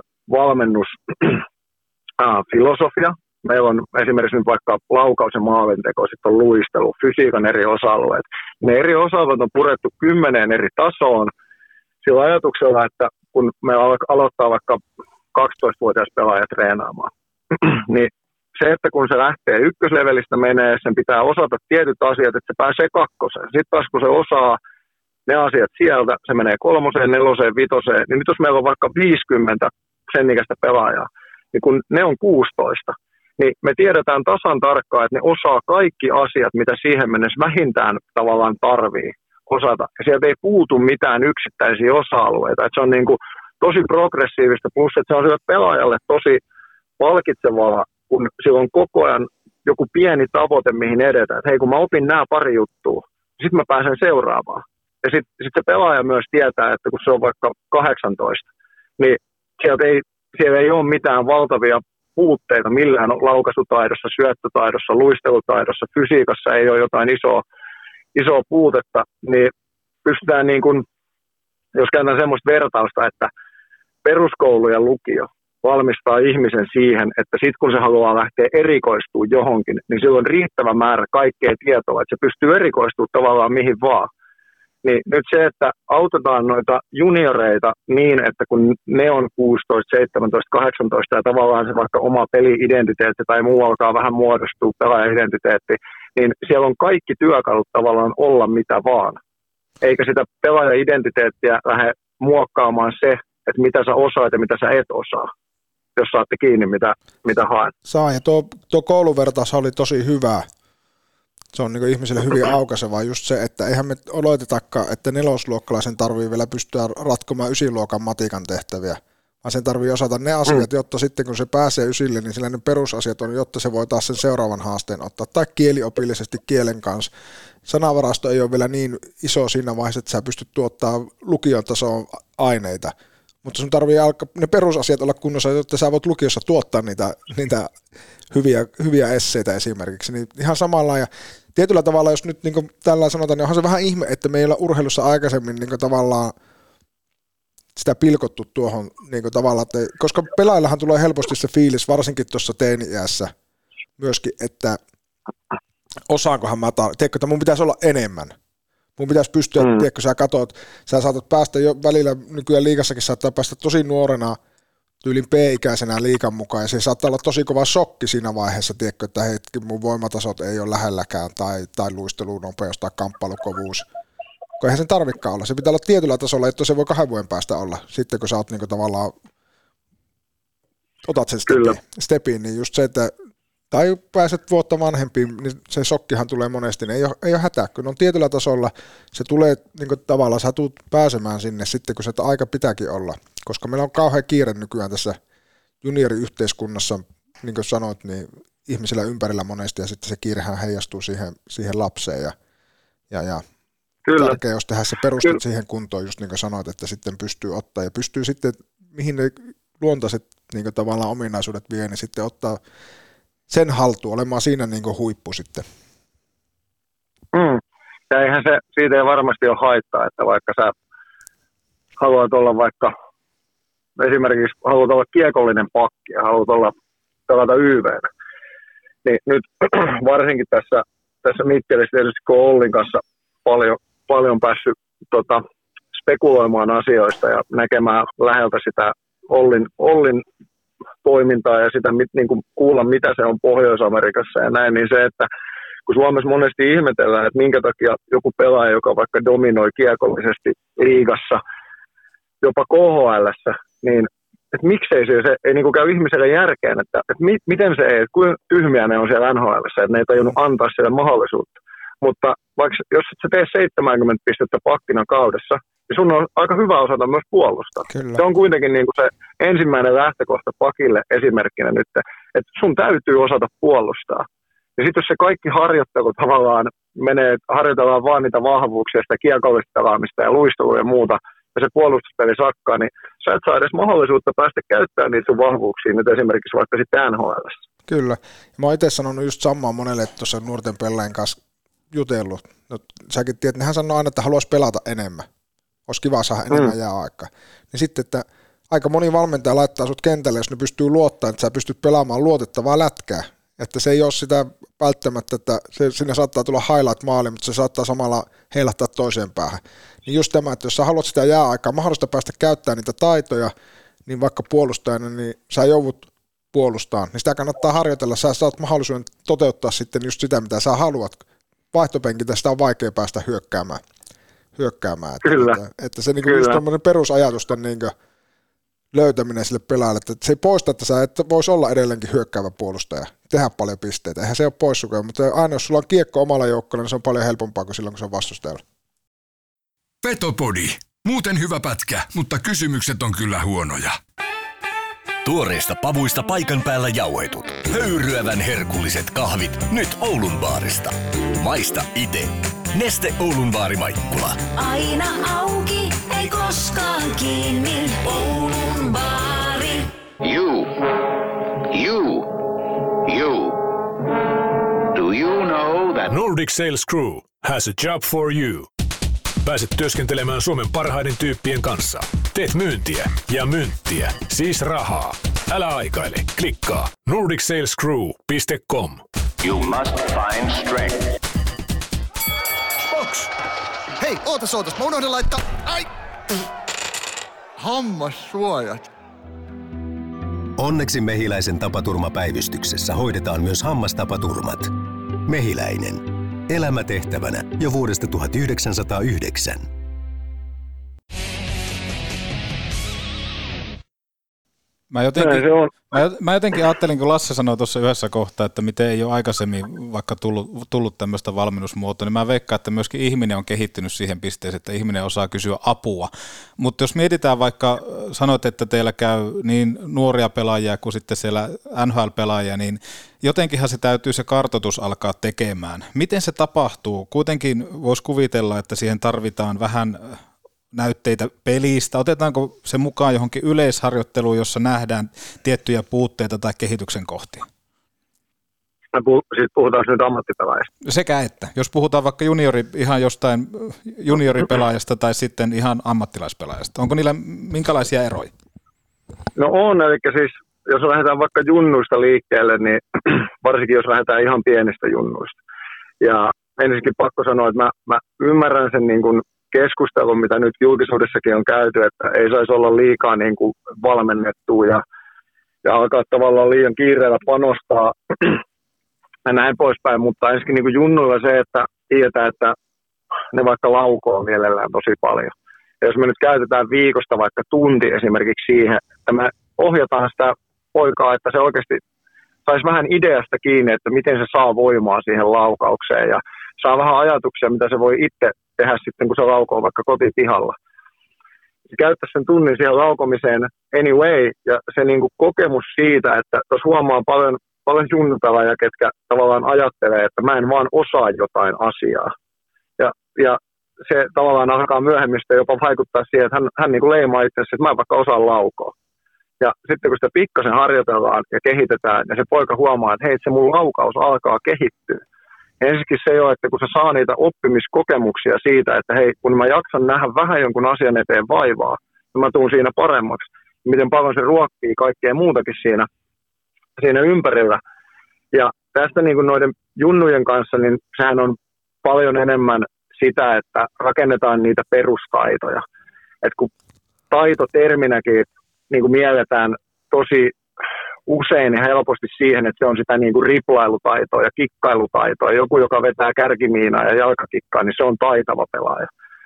valmennusfilosofia. Meillä on esimerkiksi nyt vaikka laukaus- ja maalinteko, sitten on luistelu, fysiikan eri osa-alueet. Ne eri osa-alueet on purettu kymmeneen eri tasoon sillä ajatuksella, että kun me aloittaa vaikka kaksitoistavuotias pelaaja treenaamaan, niin se, että kun se lähtee ykköslevelistä menee, sen pitää osata tietyt asiat, että se pääsee kakkoseen. Sitten taas kun se osaa ne asiat sieltä, se menee kolmoseen, neloseen, vitoseen, niin nyt jos meillä on vaikka viisikymmentä sen ikäistä pelaajaa, niin kun ne on kuusitoista, niin me tiedetään tasan tarkkaan, että ne osaa kaikki asiat, mitä siihen mennessä vähintään tavallaan tarvii osata. Ja sieltä ei puutu mitään yksittäisiä osa-alueita. Et se on niin kuin tosi progressiivista, plus että se on sille pelaajalle tosi palkitsevaa, kun sillä on koko ajan joku pieni tavoite, mihin edetään. Että hei, kun mä opin nämä pari juttua, sitten mä pääsen seuraavaan. Ja sitten sit se pelaaja myös tietää, että kun se on vaikka kahdeksantoista, niin sieltä ei, siellä ei ole mitään valtavia puutteita millään laukaisutaidossa, syöttötaidossa, luistelutaidossa, fysiikassa ei ole jotain isoa, isoa puutetta, niin pystytään niin kuin, jos käytetään semmoista vertausta, että peruskoulu ja lukio valmistaa ihmisen siihen, että sitten kun se haluaa lähteä erikoistumaan johonkin, niin sillä on riittävä määrä kaikkea tietoa, että se pystyy erikoistumaan tavallaan mihin vaan. Niin nyt se, että autetaan noita junioreita niin, että kun ne on kuusitoista, seitsemäntoista, kahdeksantoista ja tavallaan se vaikka oma peli-identiteetti tai muu alkaa vähän muodostua pelaaja-identiteetti, niin siellä on kaikki työkalut tavallaan olla mitä vaan. Eikä sitä pelaaja-identiteettiä lähde muokkaamaan se, että mitä sä osaat ja mitä sä et osaa, jos saatte kiinni mitä, mitä haen. Saa, ja tuo, tuo kouluvertaus oli tosi hyvä. Se on niin ihmisille hyvin aukaisevaa just se, että eihän me oletetakaan, että nelosluokkalaisen tarvii vielä pystyä ratkomaan ysiluokan matikan tehtäviä, vaan sen tarvii osata ne asiat, jotta sitten kun se pääsee ysille, niin sillä ne perusasiat on, jotta se voi taas sen seuraavan haasteen ottaa, tai kieliopillisesti kielen kanssa. Sanavarasto ei ole vielä niin iso siinä vaiheessa, että sä pystyt tuottaa lukion tasoon aineita, mutta sun tarvii alkaa ne perusasiat olla kunnossa, jotta sä voit lukiossa tuottaa niitä, niitä hyviä, hyviä esseitä esimerkiksi. Niin ihan samalla ja tietyllä tavalla, jos nyt niin tällä sanotaan, niin onhan se vähän ihme, että meillä urheilussa aikaisemmin niin tavallaan sitä pilkottu tuohon niin tavallaan, että, koska pelaajillahan tulee helposti se fiilis, varsinkin tuossa teini-iässä myöskin, että osaankohan mä, tar- tiedätkö, että mun pitäisi olla enemmän. Mun pitäisi pystyä, mm. tiedätkö, sä katot, sä saatat päästä jo välillä, nykyään liigassakin saattaa päästä tosi nuorena, tyylin P-ikäisenä liigan mukaan, ja se saattaa olla tosi kova shokki siinä vaiheessa, tiedätkö, että hetki, mun voimatasot ei ole lähelläkään, tai, tai luistelunopeus tai kamppailukovuus, kun eihän sen tarvikaan olla, se pitää olla tietyllä tasolla, että se voi kahden vuoden päästä olla, sitten kun sä oot niin tavallaan, otat sen stepin, stepin, niin just se, että tai pääset vuotta vanhempiin, niin se shokkihan tulee monesti, niin ei ole, ei ole hätää, kun on tietyllä tasolla, se tulee niin kuin tavallaan, sä tulet pääsemään sinne sitten, kun se aika pitääkin olla, koska meillä on kauhean kiire nykyään tässä junioriyhteiskunnassa, niin kuin sanoit, niin ihmisillä ympärillä monesti, ja sitten se kiirehän heijastuu siihen, siihen lapseen, ja, ja, ja tärkeää, jos tehdään se perustat Kyllä. siihen kuntoon, just niin kuin sanoit, että sitten pystyy ottaa, ja pystyy sitten, mihin ne luontaiset niin kuin tavallaan ominaisuudet vie, niin sitten ottaa sen haltuun, olemaan siinä niin kuin huippu sitten. Mm. Ja eihän se, siitä ei varmasti ole haittaa, että vaikka sä haluat olla vaikka, esimerkiksi haluat olla kiekollinen pakki ja haluat olla pelata Y V:nä, niin nyt varsinkin tässä, tässä Mikkelissä tietysti kun Ollin kanssa paljon, paljon päässyt tota, spekuloimaan asioista ja näkemään läheltä sitä Ollin, Ollin toimintaa ja sitä niin kuin kuulla, mitä se on Pohjois-Amerikassa ja näin, niin se, että kun Suomessa monesti ihmetellään, että minkä takia joku pelaaja, joka vaikka dominoi kiekollisesti liigassa, jopa K H L:ssä, niin että miksei se, se ei niin kuin käy ihmiselle järkeen, että, että mi, miten se ei, kuinka tyhmiä ne on siellä N H L:ssä, että ne ei tajunnut antaa sille mahdollisuutta. Mutta vaikka jos et sä tee seitsemänkymmentä pistettä pakkina kaudessa, niin sun on aika hyvä osata myös puolustaa. Kyllä. Se on kuitenkin niin kuin se ensimmäinen lähtökohta pakille esimerkkinä nyt, että sun täytyy osata puolustaa. Ja sitten jos se kaikki harjoittelu tavallaan menee, harjoitellaan vaan niitä vahvuuksia, sitä kiekollista pelaamista ja luistelua ja muuta, ja se puolustuspeli sakkaa, niin sä et saa edes mahdollisuutta päästä käyttämään niitä sun vahvuuksia nyt esimerkiksi vaikka sitten N H L:ssä. Kyllä. Ja mä oon itse sanonut just samaa monelle tuossa nuorten pelaajien kanssa jutellut. No, säkin tiedät, nehän sanoo aina, että haluaisi pelata enemmän. Olisi kiva saada enemmän mm. jääaikaa. Niin sitten, että aika moni valmentaja laittaa sut kentälle, jos ne pystyy luottamaan, että sä pystyt pelaamaan luotettavaa lätkää. Että se ei ole sitä välttämättä, että se, siinä saattaa tulla highlight-maali, mutta se saattaa samalla heilahtaa toiseen päähän. Niin just tämä, että jos sä haluat sitä jääaikaa, mahdollista päästä käyttämään niitä taitoja, niin vaikka puolustajana, niin sä joudut puolustamaan, niin sitä kannattaa harjoitella. Sä saat mahdollisuuden toteuttaa sitten just sitä, mitä sä haluat. Vaihtopenkiltä sitä on vaikea päästä hyökkäämään. hyökkäämään. Että, Kyllä. että, että se niinku just tommoinen perusajatusten niinku löytäminen sille pelaajalle, että se ei poista, että sä et vois olla edelleenkin hyökkäävä puolustaja, tehdä paljon pisteitä, eihän se ole poissukaan, mutta aina jos sulla on kiekko omalla joukkueella, niin se on paljon helpompaa kuin silloin, kun se on vastustajalla. Petopodi. Muuten hyvä pätkä, mutta kysymykset on kyllä huonoja. Tuoreista pavuista paikan päällä jauhetut. Höyryävän herkulliset kahvit nyt Oulun baarista. Maista ite. Neste Oulun baari Maikkula. Aina auki, ei koskaan kiinni. Oulun baari. You. You. You. Do you know that Nordic Sales Crew has a job for you. Pääset työskentelemään Suomen parhaiden tyyppien kanssa. Teet myyntiä ja myyntiä, siis rahaa. Älä aikaile, klikkaa nordic sales crew piste com. you must find strength? Box! Hei, ootas ootas, mä unohdin laittaa... Ai! Hammassuojat. Onneksi Mehiläisen tapaturmapäivystyksessä hoidetaan myös hammastapaturmat. Mehiläinen. Elämä tehtävänä jo vuodesta tuhatyhdeksänsataayhdeksän. Mä jotenkin, mä, mä jotenkin ajattelin, kun Lasse sanoi tuossa yhdessä kohtaa, että miten ei ole aikaisemmin vaikka tullut, tullut tämmöistä valmennusmuotoa, niin mä veikkaan, että myöskin ihminen on kehittynyt siihen pisteeseen, että ihminen osaa kysyä apua. Mutta jos mietitään vaikka, sanoit, että teillä käy niin nuoria pelaajia kuin sitten siellä N H L-pelaajia, niin jotenkinhan se täytyy se kartoitus alkaa tekemään. Miten se tapahtuu? Kuitenkin voisi kuvitella, että siihen tarvitaan vähän näytteitä pelistä. Otetaanko se mukaan johonkin yleisharjoitteluun, jossa nähdään tiettyjä puutteita tai kehityksen kohtia? Siis puhutaan nyt ammattipelaajista. Sekä että. Jos puhutaan vaikka juniori, ihan jostain junioripelaajasta tai sitten ihan ammattilaispelaajasta. Onko niillä minkälaisia eroja? No on, eli siis jos lähdetään vaikka junnuista liikkeelle, niin varsinkin jos lähdetään ihan pienistä junnuista. Ja ensinnäkin pakko sanoa, että mä, mä ymmärrän sen niin kuin keskustelun, mitä nyt julkisuudessakin on käyty, että ei saisi olla liikaa niin kuin valmennettua ja, ja alkaa tavallaan liian kiireellä panostaa ja näin poispäin, mutta ensinnäkin niin kuin junnuilla se, että tiedetään, että ne vaikka laukoo mielellään tosi paljon. Ja jos me nyt käytetään viikosta vaikka tunti esimerkiksi siihen, että me ohjataan sitä poikaa, että se oikeasti saisi vähän ideasta kiinni, että miten se saa voimaa siihen laukaukseen ja saa vähän ajatuksia, mitä se voi itse tehdä sitten, kun se laukoo vaikka kotipihalla. Se käyttäisi sen tunnin siihen laukomiseen anyway, ja se niin kuin kokemus siitä, että tuossa huomaa paljon, paljon junnupelaajia, ketkä tavallaan ajattelee, että mä en vaan osaa jotain asiaa. Ja, ja se tavallaan alkaa myöhemmin jopa vaikuttaa siihen, että hän, hän niin kuin leimaa itseasiassa, että mä en vaikka osaa laukoa. Ja sitten kun sitä pikkasen harjoitellaan ja kehitetään, ja se poika huomaa, että hei, se mun laukaus alkaa kehittyä. Ensinnäkin se jo, että kun se saa niitä oppimiskokemuksia siitä, että hei, kun mä jaksan nähdä vähän jonkun asian eteen vaivaa, niin mä tuun siinä paremmaksi. Miten paljon se ruokkii kaikkea muutakin siinä, siinä ympärillä. Ja tästä niin kuin noiden junnujen kanssa, niin sehän on paljon enemmän sitä, että rakennetaan niitä perustaitoja. Et kun taitoterminäkin niin kuin mielletään tosi usein ja helposti siihen, että se on sitä niin kuin riplailutaitoa ja kikkailutaitoa. Joku, joka vetää kärkimiinaa ja jalkakikkaa, niin se on taitava pelaaja.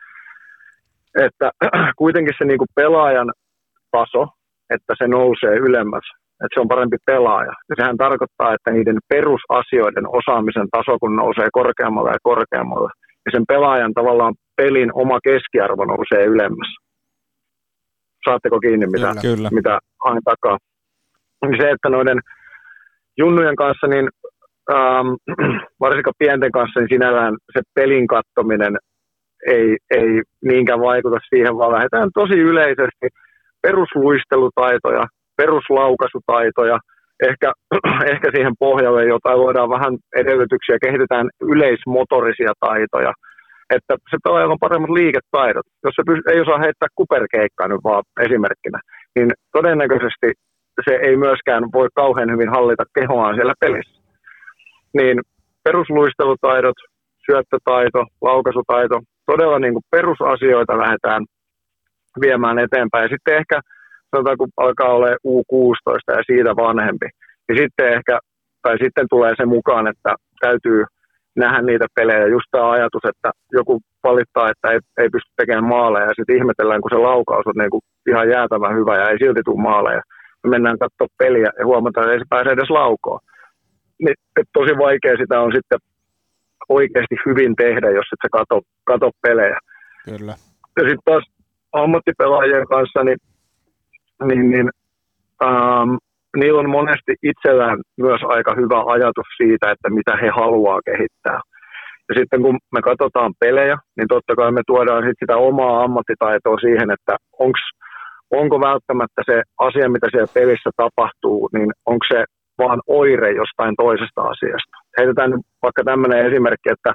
Että kuitenkin se niin kuin pelaajan taso, että se nousee ylemmäs, että se on parempi pelaaja. Ja sehän tarkoittaa, että niiden perusasioiden osaamisen taso, kun nousee korkeammalle ja korkeammalle, ja sen pelaajan tavallaan pelin oma keskiarvo nousee ylemmäs. Saatteko kiinni, mitä, Kyllä. mitä haen takaa? Se, että noiden junnujen kanssa, niin ähm, varsinkaan pienten kanssa, niin sinällään se pelin kattominen ei, ei niinkään vaikuta siihen, vaan lähdetään tosi yleisesti perusluistelutaitoja, peruslaukaisutaitoja, ehkä, ehkä siihen pohjalle, jota voidaan vähän edellytyksiä, kehitetään yleismotorisia taitoja, että se pelaajalla on paremmat liiketaidot. Jos se ei osaa heittää kuperkeikkaa nyt vaan esimerkkinä, niin todennäköisesti se ei myöskään voi kauhean hyvin hallita kehoaan siellä pelissä. Niin perusluistelutaidot, syöttötaito, laukaisutaito, todella niin kuin perusasioita lähdetään viemään eteenpäin. Ja sitten ehkä, sanotaan kun alkaa olla U kuusitoista ja siitä vanhempi, niin sitten ehkä, tai sitten tulee se mukaan, että täytyy nähdä niitä pelejä. Just tämä ajatus, että joku valittaa, että ei, ei pysty tekemään maaleja ja sitten ihmetellään, kun se laukaus on niin kuin ihan jäätävän hyvä ja ei silti tule maaleja. Me mennään katsomaan peliä ja huomataan, että ei se pääse edes laukoon. Niin, tosi vaikea sitä on sitten oikeasti hyvin tehdä, jos et sä kato, kato pelejä. Kyllä. Ja sitten taas ammattipelaajien kanssa, niin, niin, niin ähm, niillä on monesti itsellään myös aika hyvä ajatus siitä, että mitä he haluaa kehittää. Ja sitten kun me katsotaan pelejä, niin totta kai me tuodaan sit sitä omaa ammattitaitoa siihen, että onks, onko välttämättä se asia, mitä siellä pelissä tapahtuu, niin onko se vaan oire jostain toisesta asiasta. Heitetään nyt vaikka tämmöinen esimerkki, että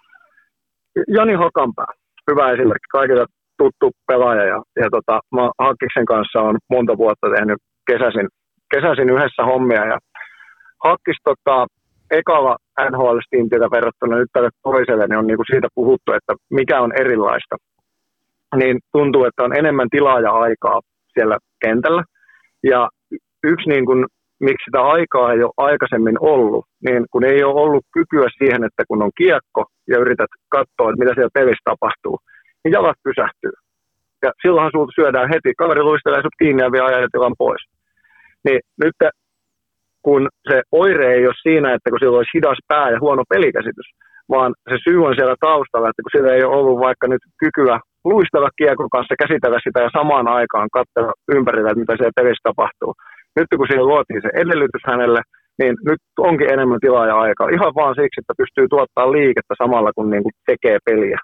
Jani Hakanpää, hyvä esimerkki, kaikille tuttu pelaaja, ja, ja tota, mä Hakkiksen kanssa on monta vuotta tehnyt kesäisin, kesäisin yhdessä hommia, ja Hakkis tota, ekalla N H L-stintiltä verrattuna nyt tälle toiselle, niin on niinku siitä puhuttu, että mikä on erilaista. Niin tuntuu, että on enemmän tilaa ja aikaa siellä kentällä, ja yksi niin kuin miksi sitä aikaa ei ole aikaisemmin ollut, niin kun ei ole ollut kykyä siihen, että kun on kiekko ja yrität katsoa, että mitä siellä pelissä tapahtuu, niin jalat pysähtyy. Ja silloinhan sulta syödään heti, kaveri luistelee sut kiinni ja vie ajatilan pois. Niin nyt kun se oire ei ole siinä, että kun sillä olisi hidas pää ja huono pelikäsitys, vaan se syy on siellä taustalla, että kun sillä ei ole ollut vaikka nyt kykyä luistella kiekon kanssa, käsitellä sitä ja samaan aikaan katsella ympärillä, että mitä siellä pelissä tapahtuu. Nyt kun siihen luotiin se edellytys hänelle, niin nyt onkin enemmän tilaa ja aikaa. Ihan vaan siksi, että pystyy tuottamaan liikettä samalla, kun niin kuin tekee peliä.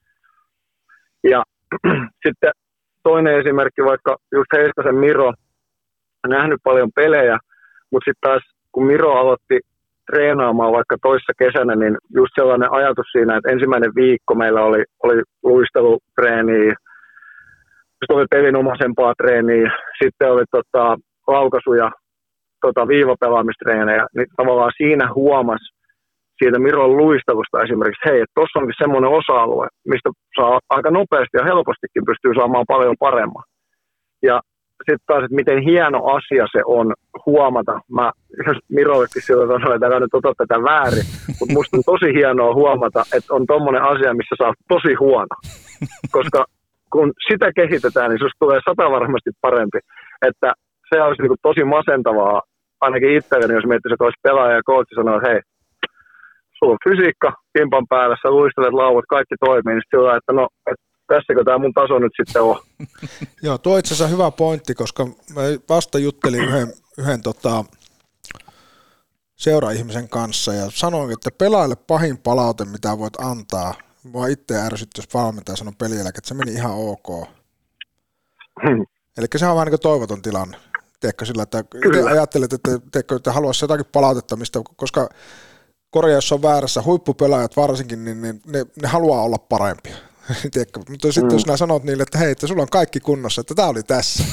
Ja sitten toinen esimerkki, vaikka just Heiskasen Miro on nähnyt paljon pelejä, mutta sitten taas kun Miro aloitti treenaamaan vaikka toissa kesänä, niin just sellainen ajatus siinä, että ensimmäinen viikko meillä oli, oli luistelutreeniä, sitten oli pelinomaisempaa treeniä, sitten oli tota, laukaisu- ja tota, viivapelaamistreenejä, niin tavallaan siinä huomasi siitä Miron luistelusta esimerkiksi, hei, että tuossa onkin semmoinen osa-alue, mistä saa aika nopeasti ja helpostikin pystyy saamaan paljon paremmin. Ja sitten taas, että miten hieno asia se on huomata. Mä Mirollekin silloin sanoin, että älä nyt ota tätä väärin, mutta musta on tosi hienoa huomata, että on tommonen asia, missä sä oot tosi huono. Koska kun sitä kehitetään, niin susta tulee sata varmasti parempi. Että se olisi niin kuin tosi masentavaa, ainakin itselleni, jos miettisit, että olisi pelaaja ja coach sanoo, että hei, sulla on fysiikka, kimpan päällä, sä luistelet lauvut, kaikki toimii, niin sitten sillä, että no, et tässäkö tämä mun taso nyt sitten on. Joo, tuo itse asiassa hyvä pointti, koska mä vasta juttelin yhden, yhden tota, seura-ihmisen kanssa ja sanoin, että pelaajalle pahin palaute, mitä voit antaa, mua itse ärsytti, jos valmentaja sanoi pelieläke, että se meni ihan ok. Hmm. Eli sehän on vähän niin kuin toivoton tilanne. Teekö sillä, että ajattelet, että, teekö, että haluaisi jotakin palautetta, mistä, koska korjaus on väärässä, huippupelaajat varsinkin, niin, niin ne, ne haluaa olla parempia. Tiedätkö? Mutta sitten mm. jos nää sanot niille, että hei, että sulla on kaikki kunnossa, että tää oli tässä.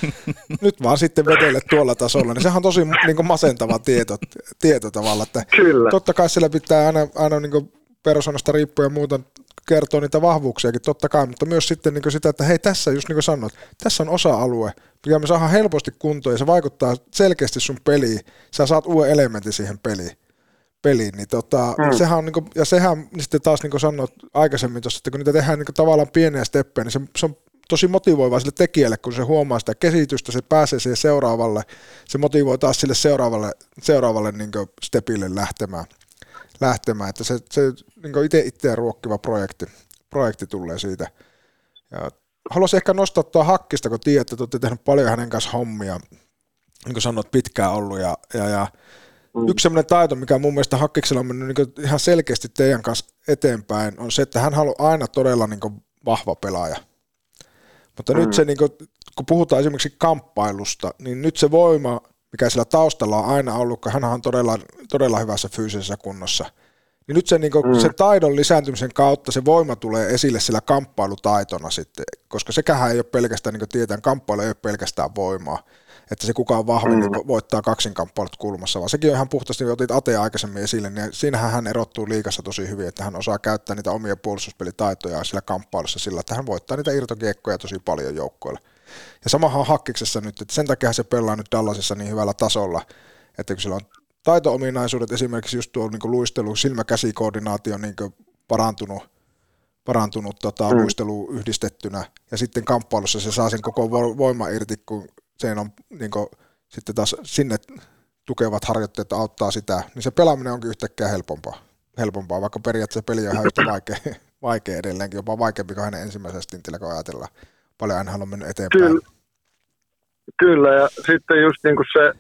Nyt vaan sitten vetele tuolla tasolla, niin sehän on tosi niin kuin masentava tieto, tieto tavalla. Että Kyllä. Totta kai siellä pitää aina, aina niin kuin persoonasta riippuen ja muuta kertoa niitä vahvuuksiakin, totta kai, mutta myös sitten niin kuin sitä, että hei, tässä just niin kuin sanoit, tässä on osa-alue, mikä me saadaan helposti kuntoon ja se vaikuttaa selkeästi sun peliin, sä saat uuden elementin siihen peliin. peliin, niin tota, mm. sehän on, niinku, ja sehän sitten taas niin kuin sanoit aikaisemmin tuossa, että kun niitä tehdään niinku tavallaan pieniä steppejä, niin se, se on tosi motivoivaa sille tekijälle, kun se huomaa sitä kehitystä, se pääsee siihen seuraavalle, se motivoi taas sille seuraavalle, seuraavalle niinku stepille lähtemään, lähtemään. Että se, se niinku itse itseään ruokkiva projekti, projekti tulee siitä. Ja haluaisin ehkä nostaa tuo Hakkista, kun tiedät, että olette tehnyt paljon hänen kanssa hommia, niin kuin sanoit, pitkään ollut, ja, ja, ja Mm. yksi sellainen taito, mikä mun mielestä Hakkiksella on mennyt niin ihan selkeästi teidän kanssa eteenpäin, on se, että hän haluaa aina todella niin vahva pelaaja. Mutta mm. nyt se, niin kuin, kun puhutaan esimerkiksi kamppailusta, niin nyt se voima, mikä sillä taustalla on aina ollut, kun hän on todella, todella hyvässä fyysisessä kunnossa, niin nyt se, niin kuin, mm. se taidon lisääntymisen kautta se voima tulee esille sillä kamppailutaitona sitten, koska sekähän ei ole pelkästään, niin kuin tietään, kamppailu ei ole pelkästään voimaa. Että se kuka on vahvin, niin voittaa kaksinkamppailut kulmassa, vaan sekin on ihan puhtaasti, otit Atea aikaisemmin esille, niin siinähän hän erottuu liigassa tosi hyvin, että hän osaa käyttää niitä omia puolustuspelitaitoja sillä kamppailussa sillä, että hän voittaa niitä irtokiekkoja tosi paljon joukkoilla. Ja samahan on Hakkiksessa nyt, että sen takia se pelaa nyt Dallasissa niin hyvällä tasolla, että kun sillä on taito-ominaisuudet esimerkiksi just tuo niin luistelu, silmäkäsikoordinaatio on niin parantunut, parantunut tota, mm. luistelu yhdistettynä, ja sitten kamppailussa se saa sen koko voima irti, kun sen on niin kuin, sitten taas sinne tukevat harjoitteet auttaa sitä, niin se pelaaminen onkin yhtäkkiä helpompaa, helpompaa vaikka periaatteessa peli on ihan yhtä vaikea, vaikea edelleenkin, jopa vaikeampi kuin hänen ensimmäisellä stintillä, kun ajatellaan. Paljon N H L on mennyt eteenpäin. Kyllä, Kyllä ja sitten just niin kuin se,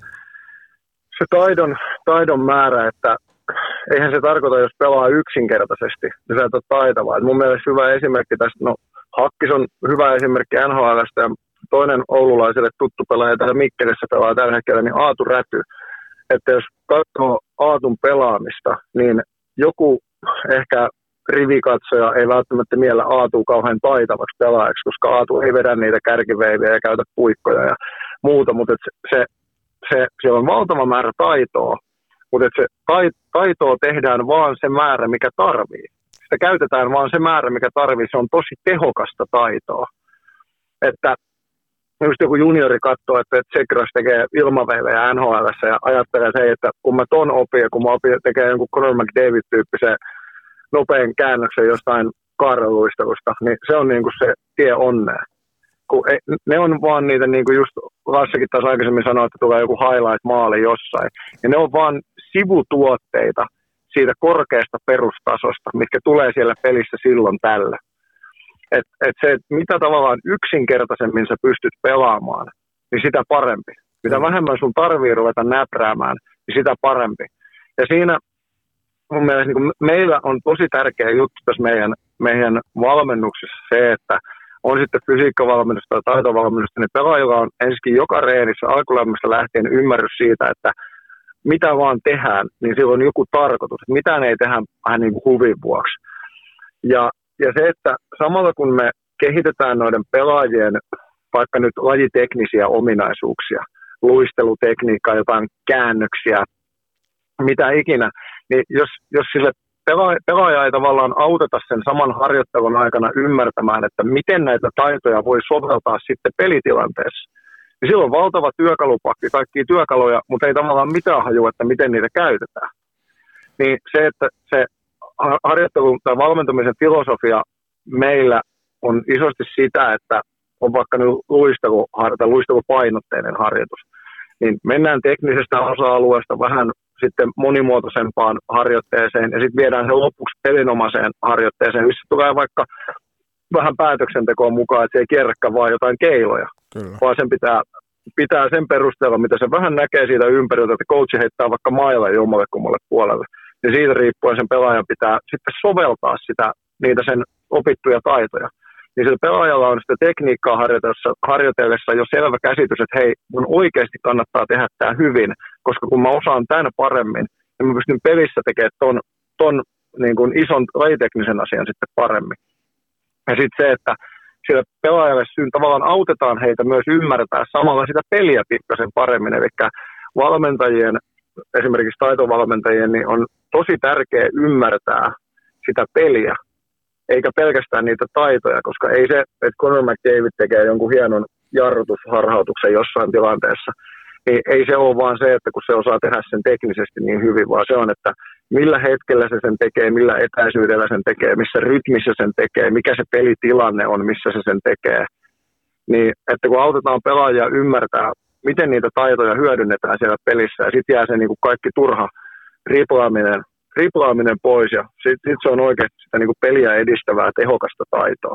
se taidon, taidon määrä, että eihän se tarkoita, jos pelaa yksinkertaisesti, niin sä et ole taitavaa. Et mun mielestä hyvä esimerkki tästä, no Hakkis on hyvä esimerkki N H L:stä ja toinen oululaiselle tuttu pelaaja täällä Mikkelissä pelaa tällä hetkellä, niin Aatu Räty. Että jos katsoo Aatun pelaamista, niin joku ehkä rivikatsoja ei välttämättä miellä Aatua kauhean taitavaksi pelaajaksi, koska Aatu ei vedä niitä kärkiveiviä ja käytä puikkoja ja muuta, mutta se, se, se, siellä on valtava määrä taitoa, mutta se taitoa tehdään vaan se määrä, mikä tarvii. Sitä käytetään vaan se määrä, mikä tarvii, se on tosi tehokasta taitoa. Että just joku juniori katsoo, että Tsekras tekee ilmaveivejä N H L:ssä ja ajattelee se, että kun mä ton opin ja kun mä opin tekee jonkun Conor McDavid-tyyppisen nopean käännöksen jostain kaarreluistelusta, niin se on niinku se tie onneen. Kun ei, ne on vaan niitä, niin kuin just Lassakin taas aikaisemmin sanoi, että tulee joku highlight-maali jossain. Ja ne on vaan sivutuotteita siitä korkeasta perustasosta, mitkä tulee siellä pelissä silloin tällä. Et, et se, että mitä tavallaan yksinkertaisemmin sä pystyt pelaamaan, niin sitä parempi. Mitä vähemmän sun tarvii ruveta näpräämään, niin sitä parempi. Ja siinä mun mielestä niin kuin meillä on tosi tärkeä juttu tässä meidän, meidän valmennuksessa se, että on sitten fysiikkavalmennusta tai taitovalmennusta, niin pelaajilla on ensinnäkin joka reenissä alkulämmöstä lähtien ymmärrys siitä, että mitä vaan tehdään, niin sillä on joku tarkoitus. Mitään ei tehdä vähän niin kuin huvin vuoksi. Ja, ja se, että samalla kun me kehitetään noiden pelaajien vaikka nyt lajiteknisiä ominaisuuksia, luistelutekniikkaa, jotain käännöksiä, mitä ikinä, niin jos, jos sille pelaaja ei tavallaan auteta sen saman harjoittelun aikana ymmärtämään, että miten näitä taitoja voi soveltaa sitten pelitilanteessa. Ja silloin on valtava työkalupakki, kaikkia työkaluja, mutta ei tavallaan mitään hajua, että miten niitä käytetään. Niin se, että se harjoittelun tai valmentamisen filosofia meillä on isosti sitä, että on vaikka nyt luistelu, tai luistelupainotteinen harjoitus, niin mennään teknisestä osa-alueesta vähän sitten monimuotoisempaan harjoitteeseen ja sitten viedään se lopuksi pelinomaiseen harjoitteeseen, missä tulee vaikka vähän päätöksentekoon mukaan, että se ei kierräkään vaan jotain keiloja, Kyllä. vaan sen pitää, pitää sen perusteella, mitä se vähän näkee siitä ympäriltä, että coachi heittää vaikka mailla jommalle kummalle puolelle. Ja siitä riippuen sen pelaajan pitää sitten soveltaa sitä, niitä sen opittuja taitoja. Niin sillä pelaajalla on sitä tekniikkaa harjoitellessa jo selvä käsitys, että hei, mun oikeasti kannattaa tehdä tämä hyvin, koska kun mä osaan tämän paremmin, niin mä pystyn pelissä tekemään ton, ton niin kuin ison lajiteknisen asian sitten paremmin. Ja sitten se, että sillä pelaajalle syyn tavallaan autetaan heitä myös ymmärtää samalla sitä peliä pikkasen paremmin, eli valmentajien, esimerkiksi taitovalmentajien, niin on tosi tärkeää ymmärtää sitä peliä, eikä pelkästään niitä taitoja, koska ei se, että Conor McDavid tekee jonkun hienon jarrutusharhautuksen jossain tilanteessa, niin ei se ole vaan se, että kun se osaa tehdä sen teknisesti niin hyvin, vaan se on, että millä hetkellä se sen tekee, millä etäisyydellä sen tekee, missä rytmissä sen tekee, mikä se pelitilanne on, missä se sen tekee. Niin, että kun autetaan pelaajia ymmärtää, miten niitä taitoja hyödynnetään siellä pelissä, ja sitten jää se niin kuin kaikki turha riplaaminen, riplaaminen pois, ja sitten sit se on oikeasti sitä niin kuin peliä edistävää, tehokasta taitoa.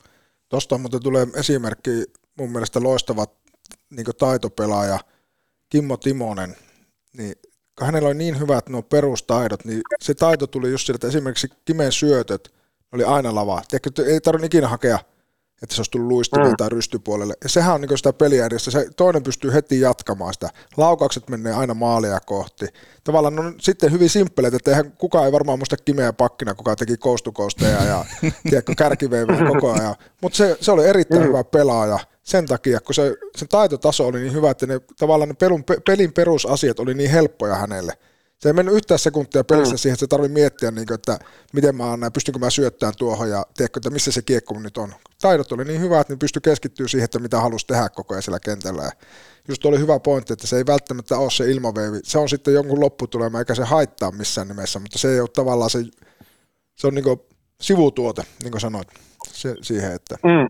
Tuosta muuten tulee esimerkki, mun mielestä loistava niin kuin taitopelaaja, Kimmo Timonen, niin hänellä oli niin hyvät nuo perustaidot, niin se taito tuli just sieltä, esimerkiksi Kimen syötöt oli aina lava. Tiedätkö, ei tarvitse ikinä hakea, että se olisi tullut luistimeen mm. tai rystypuolelle. Ja sehän on niin sitä peliä edessä. Se toinen pystyy heti jatkamaan sitä. Laukaukset menee aina maalia kohti. Tavallaan no, sitten hyvin simppeleitä, että eihän kukaan ei varmaan muista Kimeä pakkina, kuka teki koustukousteja ja tiedätkö, kärkiveiviä koko ajan. Mutta se, se oli erittäin mm. hyvä pelaaja sen takia, kun se, sen taitotaso oli niin hyvä, että ne, tavallaan ne pelun, pelin perusasiat oli niin helppoja hänelle. Se ei mennyt yhtään sekuntia pelissä mm. siihen, että se tarvii miettiä, niin kuin, että miten mä annan, pystynkö mä syöttämään tuohon ja tiedätkö, että missä se kiekko nyt on. Taidot oli niin hyvät, niin pystyi keskittyä siihen, että mitä halusi tehdä koko ajan siellä kentällä. Ja just oli hyvä pointti, että se ei välttämättä ole se ilmaveivi. Se on sitten jonkun lopputulema, eikä se haittaa missään nimessä, mutta se ei ole tavallaan se, se on niin kuin sivutuote, niin kuin sanoit, se, siihen, että mm.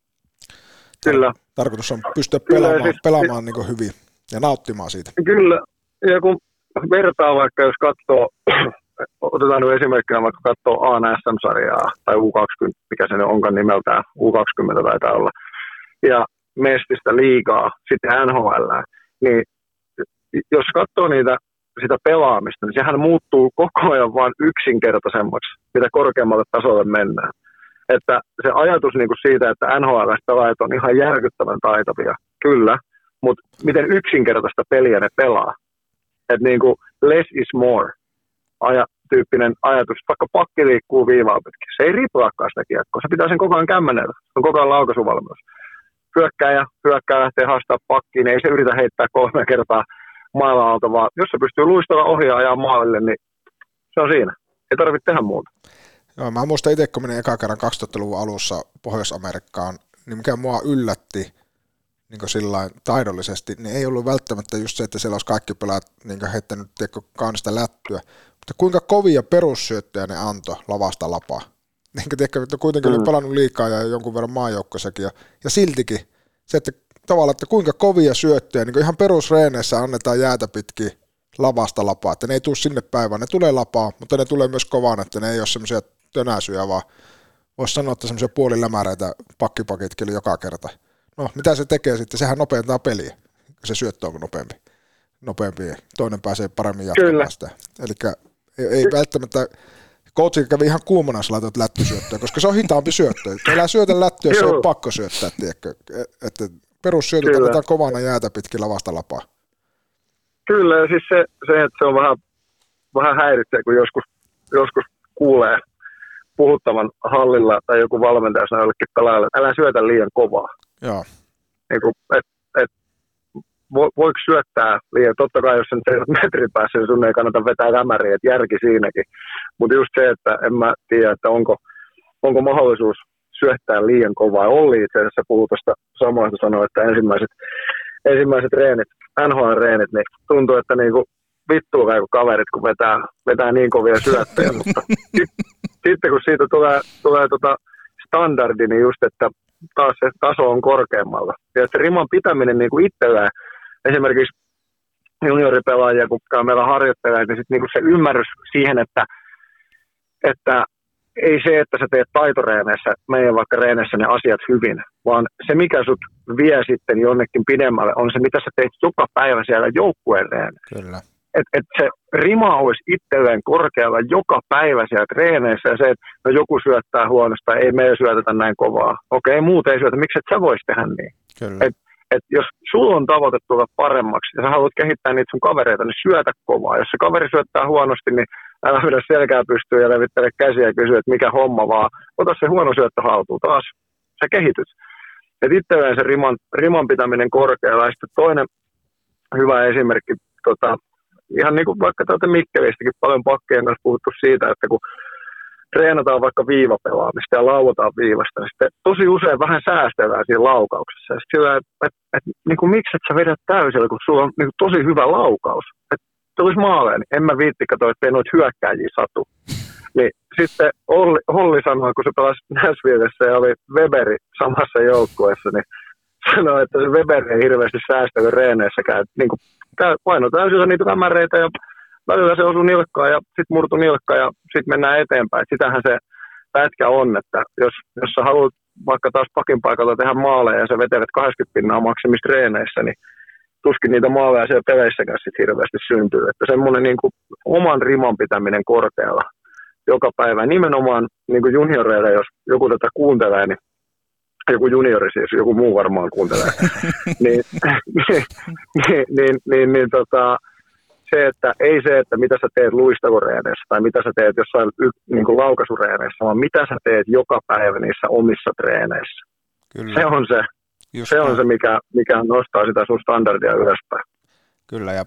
Kyllä. Tarkoitus on pystyä Kyllä, pelaamaan, siis, pelaamaan niin kuin hyvin ja nauttimaan siitä. Kyllä, ja kun vertaa vaikka, jos katsoo, otetaan nyt esimerkkinä vaikka katsoo A N S M-sarjaa tai U kaksikymmentä, mikä se nyt onkaan nimeltään, U kaksikymmentä taitaa olla, ja Mestistä liigaa, sitten N H L, niin jos katsoo niitä, sitä pelaamista, niin sehän muuttuu koko ajan vaan yksinkertaisemmaksi, mitä korkeammalle tasolle mennään. Että se ajatus niinku siitä, että N H L-pelaajat on ihan järkyttävän taitavia, kyllä, mutta miten yksinkertaista peliä ne pelaa. Että niinku less is more aja, tyyppinen ajatus, vaikka pakki liikkuu viivaa pitkin. Se ei riplaakaan sitä kiekkoa, se pitää sen koko ajan kämmenellä, se on koko ajan laukaisuvalmius. Hyökkääjä, hyökkää lähtee haastaa pakkiin, niin ei se yritä heittää kolme kertaa maailman alta, vaan jos se pystyy luistella ohi ja ajaa maalille, niin se on siinä. Ei tarvitse tehdä muuta. Joo, mä muistan itse, kun menin eka kerran kaksituhattaluvun alussa Pohjois-Amerikkaan, niin mikä mua yllätti niin sillain taidollisesti, niin ei ollut välttämättä just se, että siellä olisi kaikki pelaajat niin heittänyt tiedätkö, kaunista lättyä, mutta kuinka kovia perussyöttöjä ne antoi lavasta lapaa. Niin tiedätkö, että kuitenkin mm. oli pelannut liikaa ja jonkun verran maajoukkoissakin, ja, ja siltikin se, että tavallaan, että kuinka kovia syöttöjä, niin ihan perusreeneissä annetaan jäätä pitkin lavasta lapaa, että ne ei tule sinne päivään, ne tulee lapaa, mutta ne tulee myös kovaan, että ne ei ole semmoisia tönäisyjä, vaan voisi sanoa, että semmoisia puolilämäreitä pakkipakitkin joka kerta. No, mitä se tekee sitten? Sehän nopeutetaan peliä, se syöttö on nopeampi, nopeampi toinen pääsee paremmin jatkamaan sitä. Eli ei, ei välttämättä, coachi kävi ihan kuumana, jos laitat lättysyöttöä, koska se on hitaampi syöttö. Älä syötä lättyä, jos se on pakko syöttää, tiedätkö? Että perussyötöt annetaan kovana jäätä pitkin lavasta lapaa. Kyllä, ja siis se, se että se on vähän, vähän häiritsee, kun joskus, joskus kuulee puhuttavan hallilla tai joku valmentaja sanoo jollekin pelaajalle, että älä syötä liian kovaa. Joo. Niin kuin, et, et, vo, voiko syöttää liian, totta kai jos sen seisot metrin päässä, niin sun ei kannata vetää lämäriä, että järki siinäkin. Mutta just se, että en mä tiedä, että onko, onko mahdollisuus syöttää liian kovaa. Olli itse asiassa puhuu tuosta samoista, sanoi, että ensimmäiset, ensimmäiset reenit, N H L-reenit, niin tuntuu, että niinku vittuu kaiku kaverit, kun vetää, vetää niin kovia syöttöjä, mutta sitten kun siitä tulee, tulee tota standardi, niin just, että taas se taso on korkeammalla. Ja se riman pitäminen niin kuin itsellään, esimerkiksi junioripelaajia, kun käy meillä harjoittelemaan, niin sitten niin se ymmärrys siihen, että, että ei se, että sä teet taitoreeneissä, meidän vaikka reeneissä ne asiat hyvin, vaan se, mikä sut vie sitten jonnekin pidemmälle, on se, mitä sä teet joka päivä siellä joukkueen reeneissä. Kyllä. Että et se rima olisi itselleen korkealla joka päivä siellä treeneissä ja se, että no joku syöttää huonosta, ei me syötetä näin kovaa. Okei, muut ei syötä, miksi et sä vois tehdä niin? Et, et jos sulla on tavoite tulla paremmaksi ja sä haluat kehittää niitä sun kavereita, niin syötä kovaa. Jos se kaveri syöttää huonosti, niin älä pidä selkää pystyyn ja levittele käsiä ja kysyä, että mikä homma, vaan ota se huono syöttö haltuun taas. Sä kehityt. Et itselleen se riman, riman pitäminen korkealla. Ja sitten toinen hyvä esimerkki, tota, ihan niin kuin vaikka täältä Mikkelistäkin paljon pakkien kanssa puhuttu siitä, että kun treenataan vaikka viivapelaamista ja lauataan viivasta, niin sitten tosi usein vähän säästellään siinä laukauksessa. Ja sitten sillä, että et, et, niin kuin, miksi et sä vedät täysillä, kun sulla on niin kuin, tosi hyvä laukaus. Että tulisi maaleen, niin en mä viitti katsoa, ettei noita hyökkääjiä satu. Niin sitten Olli, Olli sanoi, kun se pelasi Nashvillessä ja oli Weberi samassa joukkueessa, niin sanoi, että se Weberi ei hirveästi säästänyt reeneissäkään. Niin kuin paino täysillä niitä lämäreitä ja välillä se osui nilkkaan ja sitten murtui nilkka ja sitten mennään eteenpäin. Et sitähän se pätkä on, että jos, jos sä haluat vaikka taas pakin paikalta tehdä maaleja ja sä vetelet kahdeksankymmentä pinnaa maksimista treeneissä, niin tuskin niitä maaleja siellä peleissäkään sit hirveästi syntyy. Että semmoinen niin kuin oman riman pitäminen korkealla joka päivä. Nimenomaan niin kuin junioreille, jos joku tätä kuuntelee, niin joku juniori siis, joku muu varmaan kuuntelee, niin, niin, niin, niin, niin, niin tota, se, että ei se, että mitä sä teet luistakoreeneissä tai mitä sä teet jossain niin kuin laukaisureeneissä, vaan mitä sä teet joka päivä niissä omissa treeneissä. Kyllä. Se on se, se, on se mikä, mikä nostaa sitä sun standardia ylöspäin. Kyllä, ja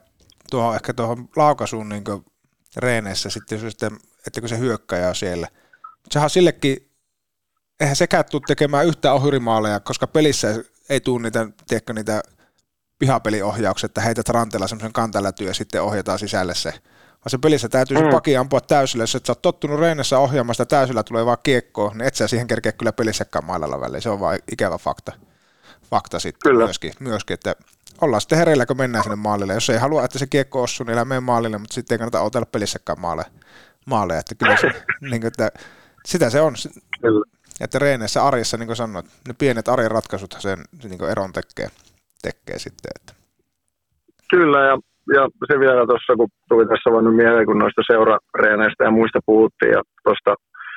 tuohon ehkä tuohon laukaisuun niin reeneissä sitten, sitten, että kun se hyökkäjä on siellä. Sehän on sillekin, eihän sekään tule tekemään yhtään ohjurimaaleja, koska pelissä ei tule niitä, tiedätkö, niitä pihapeliohjauksia, että heität ranteella semmoisen kantalätyä ja sitten ohjataan sisälle se. Vaan se pelissä täytyy mm. se paki ampua täysillä. Jos et sä oot tottunut reenessä ohjaamaan sitä täysillä, tulee vaan kiekkoa, niin et sä siihen kerkeä kyllä pelissäkään mailalla väliin. Se on vaan ikävä fakta, fakta sitten myöskin, myöskin, että ollaan sitten hereillä, kun mennään sinne maalille. Jos ei halua, että se kiekko osuu, niin älä mene maalille, mutta sitten ei kannata otella pelissäkään maaleja. maaleja. Että kyllä se, niin kuin, että sitä se on. Kyllä. Että reeneissä arjessa, niin kuin sanoit, ne pienet arjen ratkaisut sen niin kuin eron tekee, tekee sitten. Että. Kyllä, ja, ja se vielä tuossa, kun tuli tässä vaan mieleen, kun noista seurareeneistä ja muista puhuttiin, ja tuosta,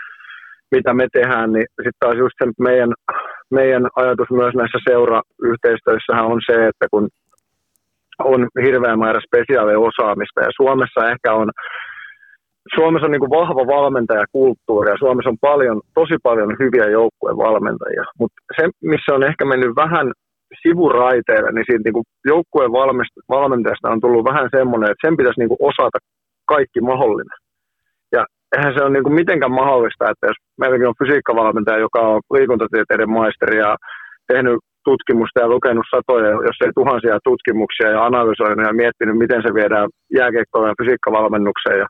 mitä me tehdään, niin sitten taas just se meidän, meidän ajatus myös näissä seurayhteistyöissähän on se, että kun on hirveä määrä spesiaaliosaamista, ja Suomessa ehkä on Suomessa on niin kuin vahva valmentajakulttuuri ja Suomessa on paljon, tosi paljon hyviä joukkuevalmentajia, mutta se, missä on ehkä mennyt vähän sivuraiteille, niin siitä niin kuin joukkueen valmentajasta on tullut vähän semmoinen, että sen pitäisi niin kuin osata kaikki mahdollinen. Ja eihän se ole niin kuin mitenkään mahdollista, että jos meilläkin on fysiikkavalmentaja, joka on liikuntatieteiden maisteri ja tehnyt tutkimusta ja lukenut satoja, jos ei tuhansia tutkimuksia ja analysoinut ja miettinyt, miten se viedään jääkiekkoon ja fysiikkavalmennukseen ja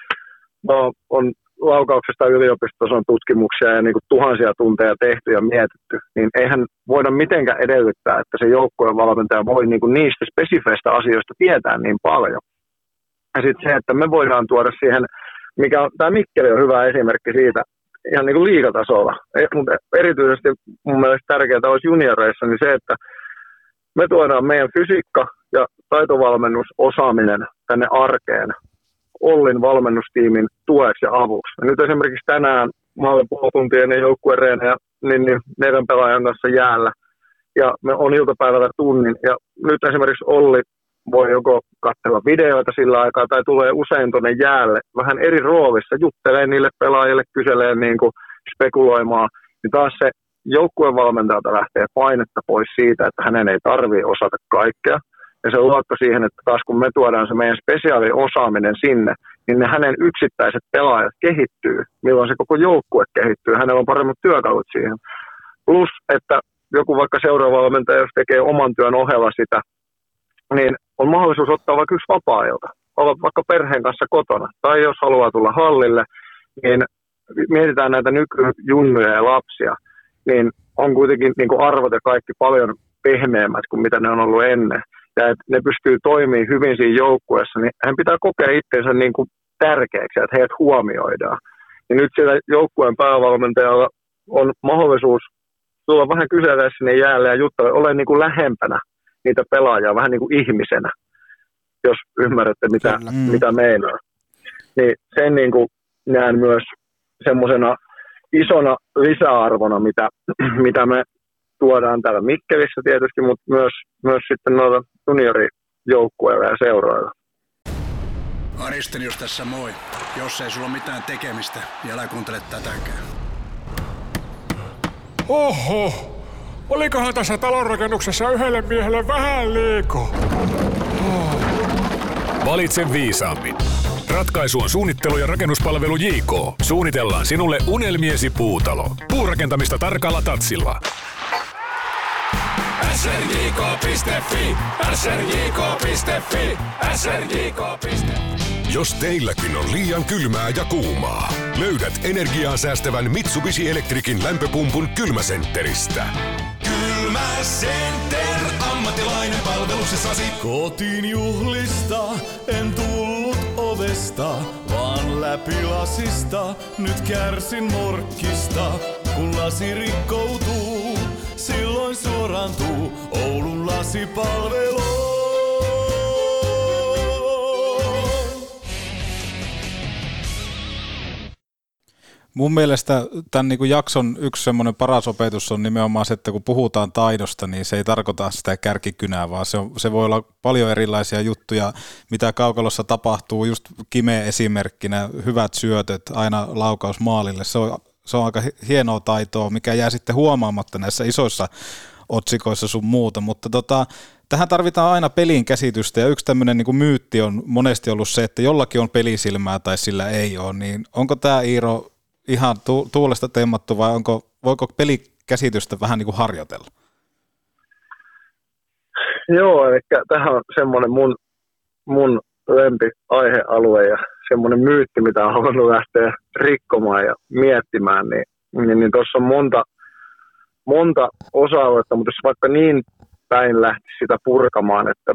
no, on laukauksesta yliopistotason tutkimuksia ja niin kuin tuhansia tunteja tehty ja mietitty, niin eihän voida mitenkään edellyttää, että se joukkueen valmentaja voi niin kuin niistä spesifeistä asioista tietää niin paljon. Ja sitten se, että me voidaan tuoda siihen, mikä on, tämä Mikkeli on hyvä esimerkki siitä, ihan niin kuin liigatasolla, mutta erityisesti mun mielestä tärkeää olisi junioreissa, niin se, että me tuodaan meidän fysiikka ja taitovalmennusosaaminen tänne arkeen, Ollin valmennustiimin tueksi ja avuksi. Ja nyt esimerkiksi tänään mä olen puoli tuntia ennen joukkuereenejä niin, niin neljän pelaajan kanssa jäällä. Ja me on iltapäivällä tunnin. Ja nyt esimerkiksi Olli voi joko katsella videoita sillä aikaa tai tulee usein tuonne jäälle vähän eri roolissa, juttelee niille pelaajille, kyselee niin kuin spekuloimaan. Ja taas se joukkuevalmentajalta lähtee painetta pois siitä, että hänen ei tarvitse osata kaikkea. Ja se luotto siihen, että taas kun me tuodaan se meidän spesiaaliosaaminen sinne, niin ne hänen yksittäiset pelaajat kehittyy, milloin se koko joukkue kehittyy. Hänellä on paremmat työkalut siihen. Plus, että joku vaikka seuravalmentaja, jos tekee oman työn ohella sitä, niin on mahdollisuus ottaa vaikka yksi vapaa-ilta. Olla vaikka perheen kanssa kotona. Tai jos haluaa tulla hallille, niin mietitään näitä nykyjunnuja ja lapsia, niin on kuitenkin niin kuin arvot ja kaikki paljon pehmeämmät kuin mitä ne on ollut ennen. Ja että ne pystyy toimimaan hyvin siinä joukkueessa, niin hän pitää kokea itseensä niin kuin tärkeäksi, että heidät huomioidaan. Ja nyt siellä joukkueen päävalmentajalla on mahdollisuus tulla vähän kyselemään sinne jäälle ja jutella, ole niin kuin lähempänä niitä pelaajia, vähän niin kuin ihmisenä, jos ymmärrätte mitä, mm. mitä meinaa. Niin sen niin kuin näen myös semmoisena isona lisäarvona, mitä, mitä me tuodaan täällä Mikkelissä tietysti, mutta myös, myös sitten noilla juniorijoukkueilla ja seuroilla. Aristenius tässä moi. Jos ei sulla ole mitään tekemistä, niin älä kuuntele tätäkään. Oho! Olikohan tässä talonrakennuksessa yhdelle miehelle vähän liikaa? Oh. Valitse viisaammin. Ratkaisu on suunnittelu- ja rakennuspalvelu J K. Suunnitellaan sinulle unelmiesi puutalo. Puurakentamista tarkalla tatsilla. S R J K piste F I S R J K piste F I S R J K piste F I Jos teilläkin on liian kylmää ja kuumaa, löydät energiaa säästävän Mitsubishi Electricin lämpöpumpun Kylmäsentteristä. Kylmäcenter, ammattilainen palveluksessasi. Kotiin juhlista en tullut ovesta, vaan läpi lasista. Nyt kärsin morkkista, kun lasi rikkoutuu. Silloin suoraantuu Oulun lasipalvelu. Mun mielestä tämän niin kuin jakson yksi semmoinen paras opetus on nimenomaan se, että kun puhutaan taidosta, niin se ei tarkoita sitä kärkikynää, vaan se, on, se voi olla paljon erilaisia juttuja, mitä kaukalossa tapahtuu, just Kime esimerkkinä, hyvät syötöt, aina laukaus maalille, se on, se on aika hienoa taitoa, mikä jää sitten huomaamatta näissä isoissa otsikoissa sun muuta, mutta tota, tähän tarvitaan aina pelin käsitystä ja yksi tämmöinen niin kuin myytti on monesti ollut se, että jollakin on pelisilmää tai sillä ei ole, niin onko tämä Iiro ihan tu- tuulesta temmattu vai onko, voiko pelikäsitystä vähän niin kuin harjoitella? Joo, eli tähän on semmoinen mun, mun lempiaihealue ja semmoinen myytti, mitä on halunnut lähteä rikkomaan ja miettimään, niin, niin, niin tuossa on monta, monta osa-aluetta, mutta jos vaikka niin päin lähti sitä purkamaan, että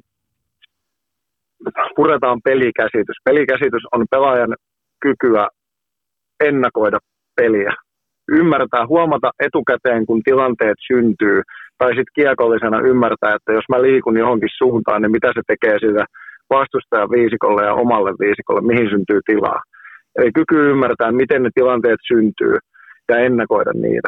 puretaan pelikäsitys. Pelikäsitys on pelaajan kykyä ennakoida peliä. Ymmärtää, huomata etukäteen, kun tilanteet syntyy, tai sitten kiekollisena ymmärtää, että jos mä liikun johonkin suuntaan, niin mitä se tekee sitä vastustajan viisikolle ja omalle viisikolle, mihin syntyy tilaa. Eli kyky ymmärtää, miten ne tilanteet syntyy ja ennakoida niitä.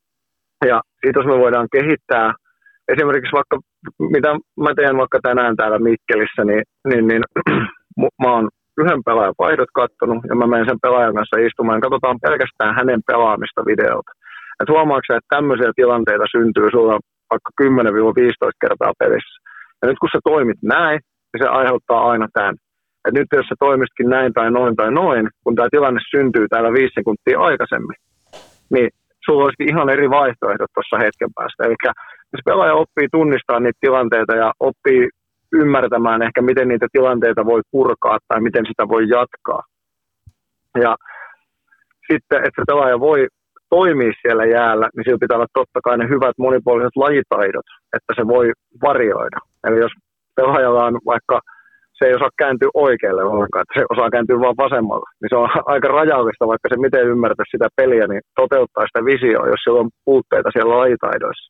Ja siitä jos me voidaan kehittää, esimerkiksi vaikka, mitä mä teen vaikka tänään täällä Mikkelissä, niin, niin, niin mä oon yhden pelaajan vaihdot kattonut ja mä menen sen pelaajan kanssa istumaan ja katsotaan pelkästään hänen pelaamista videolta. Et huomaatko, että tämmöisiä tilanteita syntyy sulla vaikka kymmenen viisitoista kertaa pelissä. Ja nyt kun sä toimit näin, niin se aiheuttaa aina tämän. Et nyt jos sä toimisitkin näin tai noin tai noin, kun tämä tilanne syntyy täällä viisi sekuntia aikaisemmin, niin sulla olisikin ihan eri vaihtoehdot tuossa hetken päästä. Eli jos pelaaja oppii tunnistaa niitä tilanteita ja oppii ymmärtämään ehkä, miten niitä tilanteita voi purkaa tai miten sitä voi jatkaa. Ja sitten, että se pelaaja voi toimia siellä jäällä, niin sillä pitää olla totta kai ne hyvät monipuoliset lajitaidot, että se voi varioida. Eli jos pelaajalla on vaikka, se ei osaa kääntyä oikealle ollenkaan, että se osaa kääntyä vaan vasemmalle, niin se on aika rajallista, vaikka se miten ymmärtää sitä peliä, niin toteuttaa sitä visioa, jos sillä on puutteita siellä lajitaidoissa.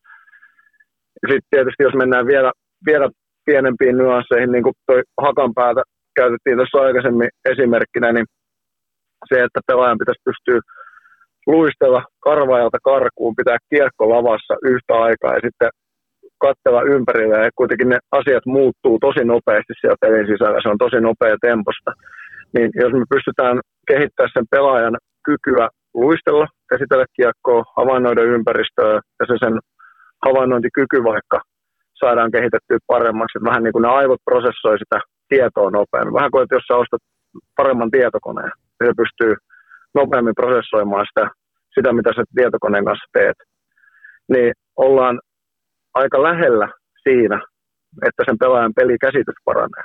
Sitten tietysti, jos mennään vielä, vielä pienempiin nyansseihin, niin kuin toi hakanpäätä käytettiin tuossa aikaisemmin esimerkkinä, niin se, että pelaajan pitäisi pystyä luistella karvaajalta karkuun, pitää kiekko lavassa yhtä aikaa ja sitten katsella ympärillä ja kuitenkin ne asiat muuttuu tosi nopeasti siellä pelin sisällä, se on tosi nopea temposta. Niin jos me pystytään kehittämään sen pelaajan kykyä luistella, käsitellä kiekkoa, havainnoida ympäristöä ja se sen havainnointikyky vaikka saadaan kehitettyä paremmaksi, että vähän niin kuin ne aivot prosessoi sitä tietoa nopeammin. Vähän kuin, että jos sä ostat paremman tietokoneen, niin se pystyy nopeammin prosessoimaan sitä, sitä, mitä sä tietokoneen kanssa teet. Niin ollaan aika lähellä siinä, että sen pelaajan pelikäsitys paranee.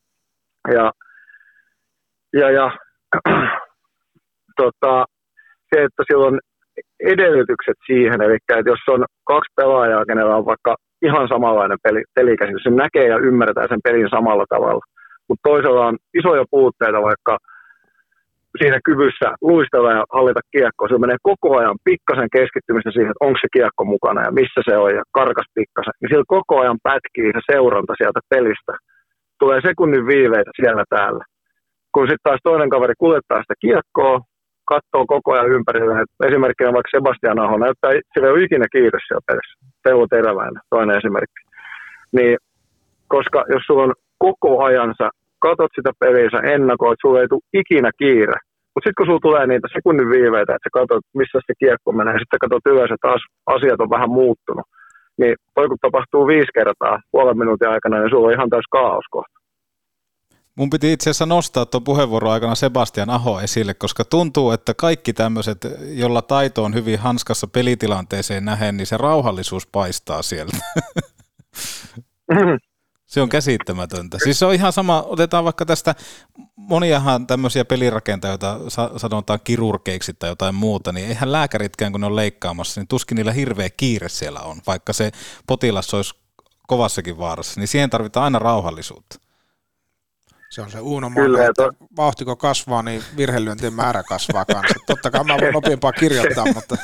Ja, ja, ja tota, se, että sillä on edellytykset siihen, eli että jos on kaksi pelaajaa, kenellä on vaikka ihan samanlainen peli, pelikäsitys, se näkee ja ymmärtää sen pelin samalla tavalla, mutta toisella on isoja puutteita vaikka siinä kyvyssä luistella ja hallita kiekkoa. Se menee koko ajan pikkasen keskittymistä siihen, että onko se kiekko mukana ja missä se on ja karkas pikkasen. Niin sillä koko ajan pätkii se seuranta sieltä pelistä. Tulee sekunnin viiveitä siellä täällä. Kun sitten taas toinen kaveri kuljettaa sitä kiekkoa, katsoo koko ajan ympärillä. Esimerkkinä vaikka Sebastian Aho näyttää, sillä ei ole ikinä kiire siellä pelissä. Teuvo Teräväinen, toinen esimerkki. Niin, koska jos sulla on koko ajansa katot sitä peliä, sä ennakoit, sulla ei tule ikinä kiire. Mutta sitten kun sulla tulee niitä sekunnin viiveitä, että sä katsot, missä se kiekko menee, ja sitten katsot ylös, että taas asiat on vähän muuttunut, niin toi kun tapahtuu viisi kertaa puolen minuutin aikana, niin sulla on ihan täys kaos kohta. Mun piti itse asiassa nostaa tuon puheenvuoron aikana Sebastian Aho esille, koska tuntuu, että kaikki tämmöiset, jolla taito on hyvin hanskassa pelitilanteeseen nähen, niin se rauhallisuus paistaa sieltä. Se on käsittämätöntä. Siis se on ihan sama, otetaan vaikka tästä, moniahan tämmöisiä pelirakentajia, joita sanotaan kirurgeiksi tai jotain muuta, niin eihän lääkäritkään, kun ne on leikkaamassa, niin tuskin niillä hirveä kiire siellä on, vaikka se potilas olisi kovassakin vaarassa, niin siihen tarvitaan aina rauhallisuutta. Se on se uunomainen, että vauhti kun kasvaa, niin virhelyöntien määrä kasvaa kanssa. Totta kai mä voin nopeampaa kirjoittaa, mutta...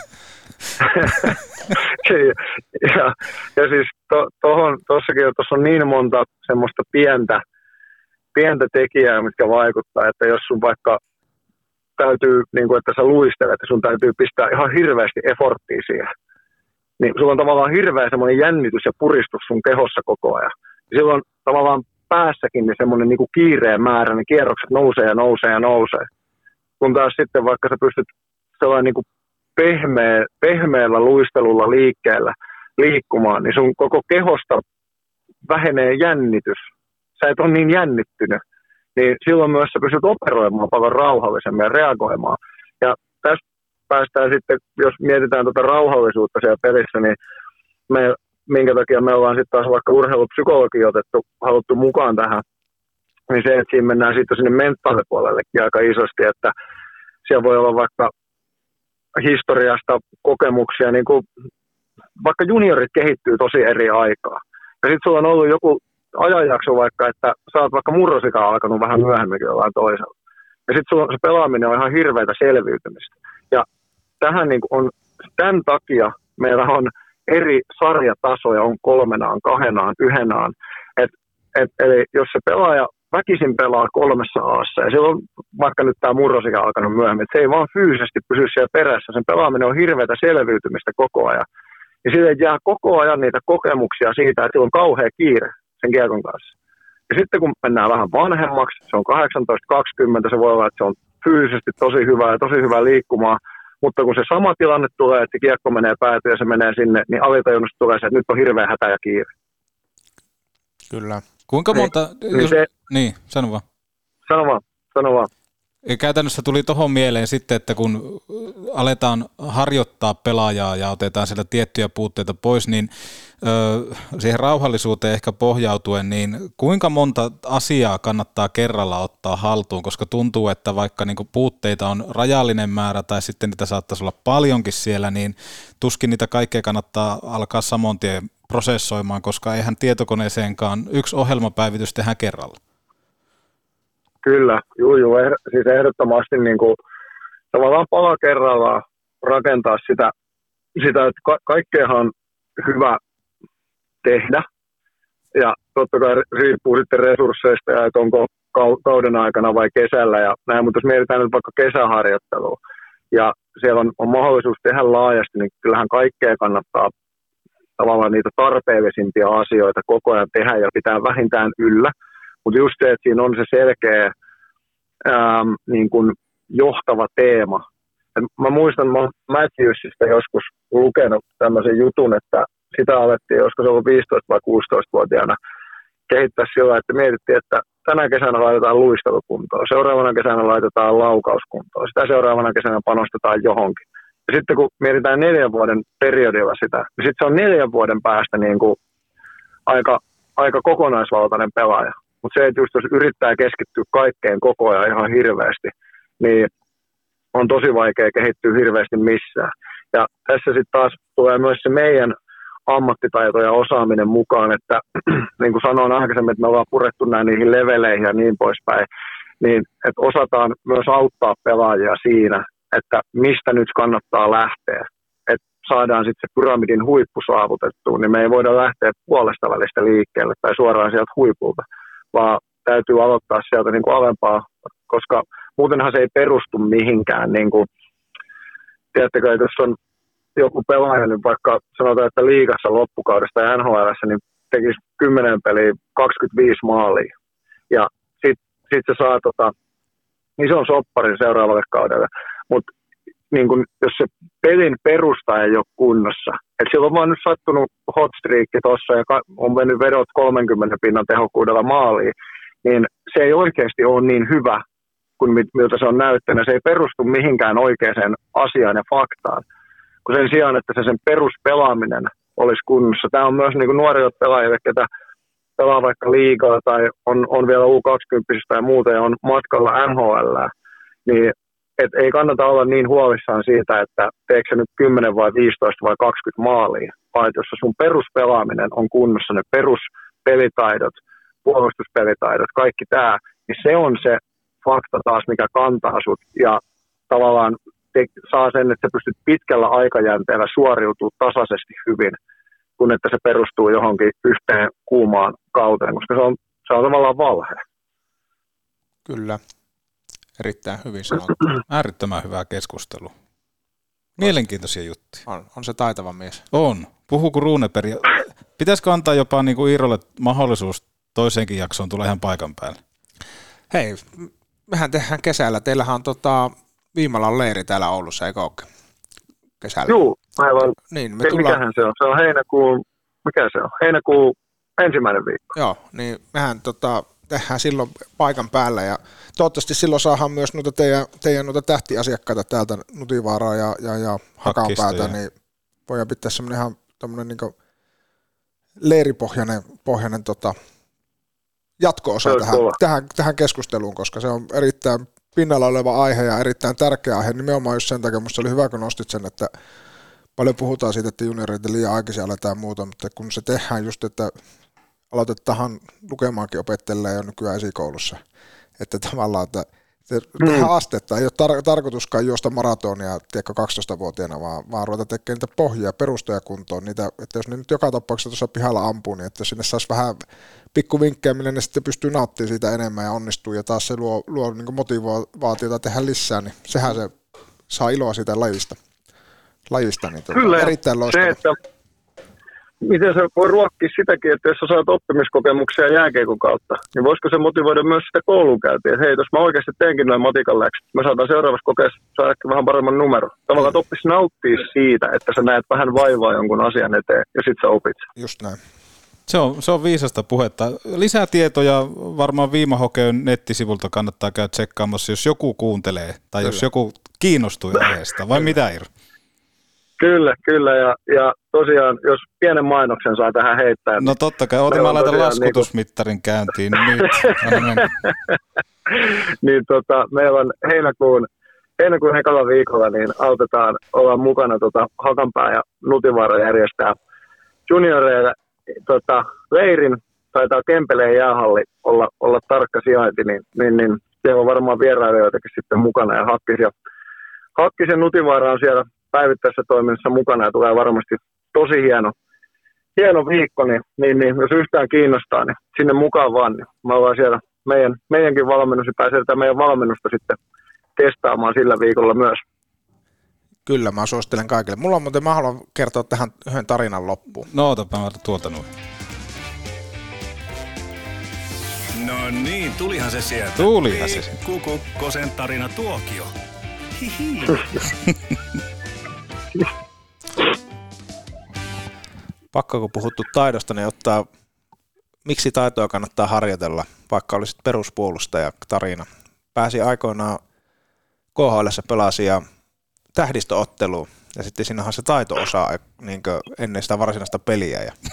ja, ja siis tuossakin to, tuossa on niin monta semmoista pientä, pientä tekijää, mitkä vaikuttaa, että jos sun vaikka täytyy, niin kuin, että sä luistelet, että sun täytyy pistää ihan hirveästi efforttia siihen, niin sulla on tavallaan hirveä semmoinen jännitys ja puristus sun kehossa koko ajan. Ja silloin tavallaan päässäkin niin semmoinen niin kuin kiireen määrä, niin kierrokset nousee ja nousee ja nousee. Kun taas sitten vaikka sä pystyt sellainen niin kuin pehmeä, pehmeällä luistelulla liikkeellä liikkumaan, niin sun koko kehosta vähenee jännitys. Sä et ole niin jännittynyt. Niin silloin myös sä pystyt operoimaan paljon rauhallisemmin ja reagoimaan. Ja tässä päästään sitten, jos mietitään tuota rauhallisuutta siellä pelissä, niin me, minkä takia me ollaan sitten taas vaikka urheilupsykologia otettu, haluttu mukaan tähän, niin se, että siinä mennään sitten sinne mentaalipuolellekin aika isosti, että siellä voi olla vaikka historiasta kokemuksia, niin kuin vaikka juniorit kehittyy tosi eri aikaa. Ja sitten sulla on ollut joku ajanjakso vaikka, että sä oot vaikka murrosikaan alkanut vähän myöhemminkin jollain toisella. Ja sitten sulla se pelaaminen on ihan hirveätä selviytymistä. Ja tähän niin on, tämän takia meillä on eri sarjatasoja, on kolmenaan, kahdenaan, yhenaan. Et, et, eli jos se pelaaja väkisin pelaa kolmessa aassa, ja silloin vaikka nyt tämä murrosikä alkanut myöhemmin, että se ei vaan fyysisesti pysy siellä perässä, sen pelaaminen on hirveätä selviytymistä koko ajan. Ja sille jää koko ajan niitä kokemuksia siitä, että sillä on kauhea kiire sen kiekon kanssa. Ja sitten kun mennään vähän vanhemmaksi, se on kahdeksantoista kaksikymmentä, se voi olla, että se on fyysisesti tosi hyvä ja tosi hyvä liikkumaan, mutta kun se sama tilanne tulee, että kiekko menee päätyyn ja se menee sinne, niin alitajunnosta tulee se, että nyt on hirveä hätä ja kiire. Kyllä. Kuinka monta... Niin, jos, se, niin sano vaan. Sano vaan, sano vaan. Käytännössä tuli tuohon mieleen sitten, että kun aletaan harjoittaa pelaajaa ja otetaan sieltä tiettyjä puutteita pois, niin ö, siihen rauhallisuuteen ehkä pohjautuen, niin kuinka monta asiaa kannattaa kerralla ottaa haltuun, koska tuntuu, että vaikka niinku puutteita on rajallinen määrä tai sitten niitä saattaisi olla paljonkin siellä, niin tuskin niitä kaikkea kannattaa alkaa saman tien prosessoimaan, koska eihän tietokoneeseenkaan yksi ohjelmapäivitys tehdään kerralla. Kyllä, juu, juu, eh, siis ehdottomasti niin kuin, tavallaan pala kerrallaan rakentaa sitä, sitä että ka- kaikkeahan on hyvä tehdä, ja totta kai riippuu sitten resursseista, ja että onko kauden aikana vai kesällä, ja näin, mutta jos mietitään nyt vaikka kesäharjoittelua, ja siellä on, on mahdollisuus tehdä laajasti, niin kyllähän kaikkea kannattaa tavallaan niitä tarpeellisimpia asioita koko ajan tehdä, ja pitää vähintään yllä. Mutta just se, että siinä on se selkeä ää, niin kun johtava teema. Et mä muistan, mä oon Matthewsista joskus lukenut tämmöisen jutun, että sitä alettiin joskus ollut viisitoista- vai kuusitoista-vuotiaana kehittää sillä, että mietittiin, että tänä kesänä laitetaan luistelukuntoon, seuraavana kesänä laitetaan laukauskuntoon, sitä seuraavana kesänä panostetaan johonkin. Ja sitten kun mietitään neljän vuoden periodilla sitä, niin sitten se on neljän vuoden päästä niin kuin aika, aika kokonaisvaltainen pelaaja. Mutta se, että just jos yrittää keskittyä kaikkeen koko ajan ihan hirveästi, niin on tosi vaikea kehittyä hirveästi missään. Ja tässä sitten taas tulee myös se meidän ammattitaito ja osaaminen mukaan, että niin kuin sanoin aikaisemmin, että me ollaan purettu näin niihin leveleihin ja niin poispäin, niin että osataan myös auttaa pelaajia siinä, että mistä nyt kannattaa lähteä. Että saadaan sitten se pyramidin huippu saavutettua, niin me ei voida lähteä puolesta välistä liikkeelle tai suoraan sieltä huipulta, vaan täytyy aloittaa sieltä niin kuin alempaa, koska muutenhan se ei perustu mihinkään. Niin kuin, tiedättekö, että jos on joku pelaaja, niin vaikka sanotaan, että liigassa loppukaudesta ja N H L:ssä, niin tekisi kymmenen peliä kaksikymmentäviisi maalia. Ja sitten sit se saa tota, ison sopparin seuraavalle kaudelle. Mutta niin kun, jos se pelin perusta ei ole kunnossa, että sillä on vaan nyt sattunut hotstreakki tuossa ja on mennyt vedot kolmenkymmenen pinnan tehokkuudella maaliin, niin se ei oikeasti ole niin hyvä kuin miltä se on näyttänyt. Se ei perustu mihinkään oikeaan asiaan ja faktaan, kun sen sijaan, että se sen peruspelaaminen olisi kunnossa. Tämä on myös niin kuin nuorille pelaajille, ketä pelaa vaikka liigaa tai on, on vielä U kaksikymmentä ja muuta ja on matkalla N H L, niin et ei kannata olla niin huolissaan siitä, että teekö se nyt kymmenen vai viisitoista vai kaksikymmentä maalia, vaan että jos sun peruspelaaminen on kunnossa, ne peruspelitaidot, puolustuspelitaidot, kaikki tämä, niin se on se fakta taas, mikä kantaa sut ja tavallaan te, saa sen, että sä pystyt pitkällä aikajänteellä suoriutumaan tasaisesti hyvin, kun että se perustuu johonkin yhteen kuumaan kauteen, koska se on, se on tavallaan valhe. Kyllä. Erittäin hyvin sanottu. Äärettömän hyvää keskustelua. Mielenkiintoisia juttuja. On, on se taitava mies. On. Puhuuko Runeberg? Pitäisikö antaa jopa niin kuin Iirolle mahdollisuus toiseenkin jaksoon tulla ihan paikan päälle? Hei, mehän tehdään kesällä. Teillähän on tota, Viimalan leiri täällä Oulussa, eikö olekin? kesällä. Juu, aivan. Niin, me He, tullaan... Mikähän se on? Se on heinäkuun, mikä se on? Heinäkuun ensimmäinen viikko. Joo, niin mehän tota, tehdään silloin paikan päällä ja toivottavasti silloin saadaan myös noita teidän, teidän noita tähtiasiakkaita täältä Nutivaaraa ja, ja, ja Hakanpäätä, niin voidaan pitää semmoinen ihan tommoinen niin leiripohjainen pohjainen, tota, jatko-osa tähän, tähän, tähän keskusteluun, koska se on erittäin pinnalla oleva aihe ja erittäin tärkeä aihe, nimenomaan just sen takia, musta oli hyvä, kun nostit sen, että paljon puhutaan siitä, että junioreita liian aikaisin aletaan muuta, mutta kun se tehdään just, että aloitetaan lukemaankin opettelee jo nykyään esikoulussa, että tavallaan, että tehdään astetta, ei ole tar- tarkoituskaan juosta maratonia, tiedätkö, kaksitoistavuotiaana, vaan, vaan ruveta tekemään niitä pohjia, perustoja kuntoon, niitä, että jos ne nyt joka tapauksessa tuossa pihalla ampuu, niin että sinne saisi vähän pikkuvinkkejä, millä ne sitten pystyy nauttimaan siitä enemmän ja onnistuu, ja taas se luo, luo niin motivaatiota tehdä lisää, niin sehän se saa iloa siitä lajista. lajista niin Kyllä, erittäin loistava. Se, että miten se voi ruokkia sitäkin, että jos sä saat oppimiskokemuksia jääkiekon kautta, niin voisiko se motivoida myös sitä koulunkäyntiä, että hei, jos mä oikeasti teenkin noin matikan läkset, mä saatan seuraavassa kokeessa saada vähän paremman numero. Tavallaan, että oppisi nauttia siitä, että sä näet vähän vaivaa jonkun asian eteen ja sit sä opit. Just näin. Se on, se on viisasta puhetta. Lisää tietoja varmaan Viimahokeyn nettisivulta kannattaa käydä tsekkaamassa, jos joku kuuntelee tai Kyllä. jos joku kiinnostuu aiheesta, vai mitä, Iiro? Kyllä, kyllä, ja, ja tosiaan, jos pienen mainoksen saa tähän heittää. No totta kai, ootin mä laitan laskutusmittarin niin kuin... käyntiin nyt. niin tota, meillä on heinäkuun, heinäkuun ekalla viikolla, niin autetaan olla mukana tota, Hakanpää ja Nutivaara järjestää junioreille tota, leirin, taitaa Kempeleen jäähalli olla, olla tarkka sijainti, niin, niin, niin siellä on varmaan vierailijoitakin sitten mukana, ja Hakkis ja, Hakkis ja Nutivaara on siellä päivittäisessä toiminnassa mukana ja tulee varmasti tosi hieno, hieno viikko, niin, niin, niin jos yhtään kiinnostaa, niin sinne mukaan vaan. Niin me ollaan siellä meidän, meidänkin valmennus ja pääsee tätä meidän valmennusta sitten testaamaan sillä viikolla myös. Kyllä, mä suosittelen kaikille. Mulla on muuten, mä haluan kertoa tähän yhden tarinan loppuun. No otapa mä tuolta noin. No niin, tulihan se sieltä. Tulihan se. Kukukkosen tarina tuokio. Hihi. Pakko kun puhuttu taidosta, niin ottaa, miksi taitoa kannattaa harjoitella, vaikka olisit peruspuolustaja tarina. Pääsi aikoinaan K H L:ssä pelasi ja tähdistöotteluun, ja sitten siinähän se taito-osa niin ennen sitä varsinaista peliä. Ja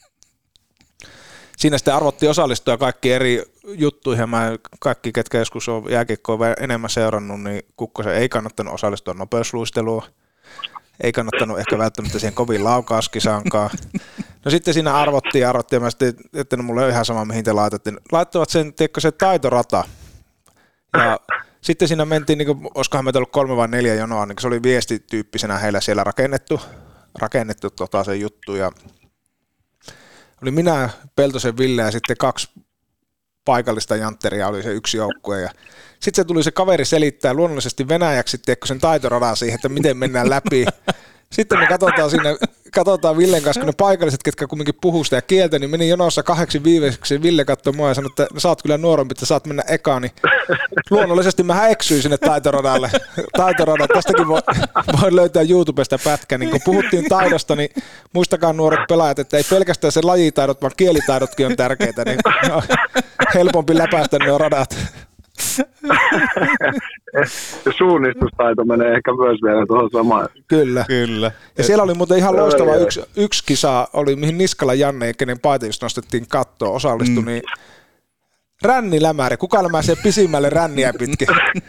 siinä sitten arvottiin osallistua kaikki eri juttuihin. Mä kaikki, ketkä joskus on jääkiekkoa enemmän seurannut, niin Kukkosen ei kannattanut osallistua nopeusluisteluun. Ei kannattanut ehkä välttämättä siihen kovin laukauskisaankaan. No sitten siinä arvottiin ja arvottiin, ja mä sitten, että no mulla on ihan sama, mihin te laitettiin. Laittoivat sen, tiedätkö, se taitorata. Ja sitten siinä mentiin, niin kuin, olisikohan meitä ollut kolme vai neljä jonoa, niin se oli viestityyppisenä heillä siellä rakennettu, rakennettu tota se juttu. Ja oli minä, Peltosen Ville ja sitten kaksi paikallista jantteria oli se yksi joukkue. Ja sitten se tuli se kaveri selittää luonnollisesti venäjäksi, tiedätkö, sen taitoradan siihen, että miten mennään läpi. Sitten me katsotaan siinä, katsotaan Villen kanssa, kun ne paikalliset, ketkä kumminkin puhuu sitä kieltä, niin meni jonossa kahdeksi viiveksi. Ville katsoi mua ja sanoi, että no, sä oot kyllä nuorempi, että saat mennä ekaan. Niin luonnollisesti mä eksyin sinne taitoradalle. Taitoradan, tästäkin voi, voi löytää YouTubesta pätkä. Niin kun puhuttiin taidosta, niin muistakaa nuoret pelaajat, että ei pelkästään se lajitaidot, vaan kielitaidotkin on tärkeitä. Niin no, helpompi läpäistä ne radat. Suunnistustaito menee ehkä myös vielä tuohon samaan. Kyllä. Kyllä. Ja siellä oli muuten ihan loistava yksi, yksi kisa, oli mihin Niskala Janne, kenen paita just nostettiin kattoon, osallistui, mm. niin rännilämäri. Kuka lämäsee pisimmälle ränniä pitkin?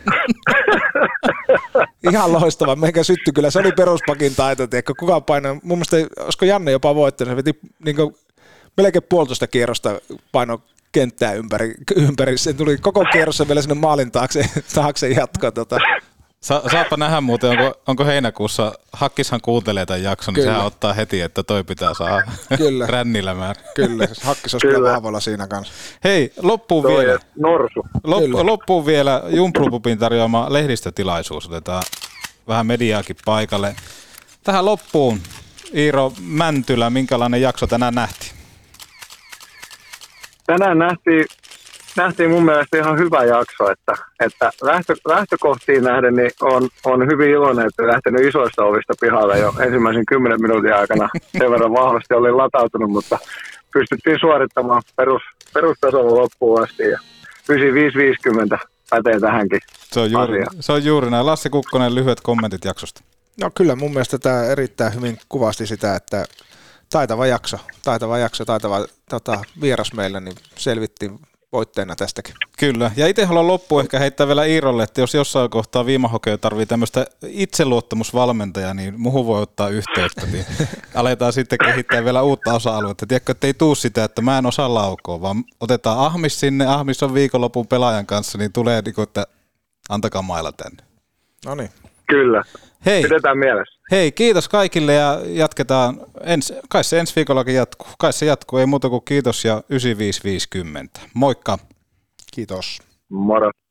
Ihan loistava. Meikä sytty kyllä. Se oli peruspakin taito. Tiedätkö? Kuka painoi, mun mielestä, olisiko Janne jopa voittanut, se veti niin kuin, melkein puolitoista kierrosta paino kenttää ympäri, ympäri. Se tuli koko kierrossa vielä sinne maalin taakse, taakse jatkoa. Tota. Sa, saatpa nähdä muuten, onko, onko heinäkuussa, Hakkishan kuuntelee tämän jakson, niin sehän ottaa heti, että toi pitää saada rännilämään. Kyllä, Hakkis olisi kyllä vahvalla siinä kanssa. Hei, loppuun toi vielä. Norsu. Loppu, loppuun vielä Jumprupupin tarjoama lehdistötilaisuus. Otetaan vähän mediaakin paikalle. Tähän loppuun, Iiro Mäntylä, minkälainen jakso tänään nähtiin? Tänään nähtiin nähtiin mun mielestä ihan hyvä jakso, että, että lähtö, lähtökohtiin nähden niin on, on hyvin iloinen, että lähtenyt isoista ovista pihalle jo ensimmäisen kymmenen minuutin aikana. Sen verran vahvasti olin latautunut, mutta pystyttiin suorittamaan perus, perustasolla loppuun asti ja yhdeksänkymmentäviisi viisikymmentä pätee tähänkin se on, juuri, se on juuri näin. Lassi Kukkonen, lyhyet kommentit jaksosta. No kyllä mun mielestä tämä erittäin hyvin kuvasti sitä, että taitava jakso, taitava jakso, taitava tota, vieras meillä, niin selvittiin voitteena tästäkin. Kyllä, ja itse haluan loppuun ehkä heittää vielä Iirolle, että jos jossain kohtaa Viimahokea tarvii tämmöistä itseluottamusvalmentajaa, niin muuhun voi ottaa yhteyttä, niin aletaan sitten kehittää vielä uutta osa-aluetta. Tiedätkö, että ei tuu sitä, että mä en osaa laukoa, vaan otetaan Ahmis sinne, Ahmis on viikonlopun pelaajan kanssa, niin tulee niin kuin, että antakaa mailla tänne. No niin. Kyllä, hei, pidetään mielessä. Hei, kiitos kaikille ja jatketaan, ens, kai se ensi viikollakin jatkuu, kai se jatkuu, ei muuta kuin kiitos ja yhdeksänkymmentäviisi viisikymmentä. Moikka. Kiitos. Moro.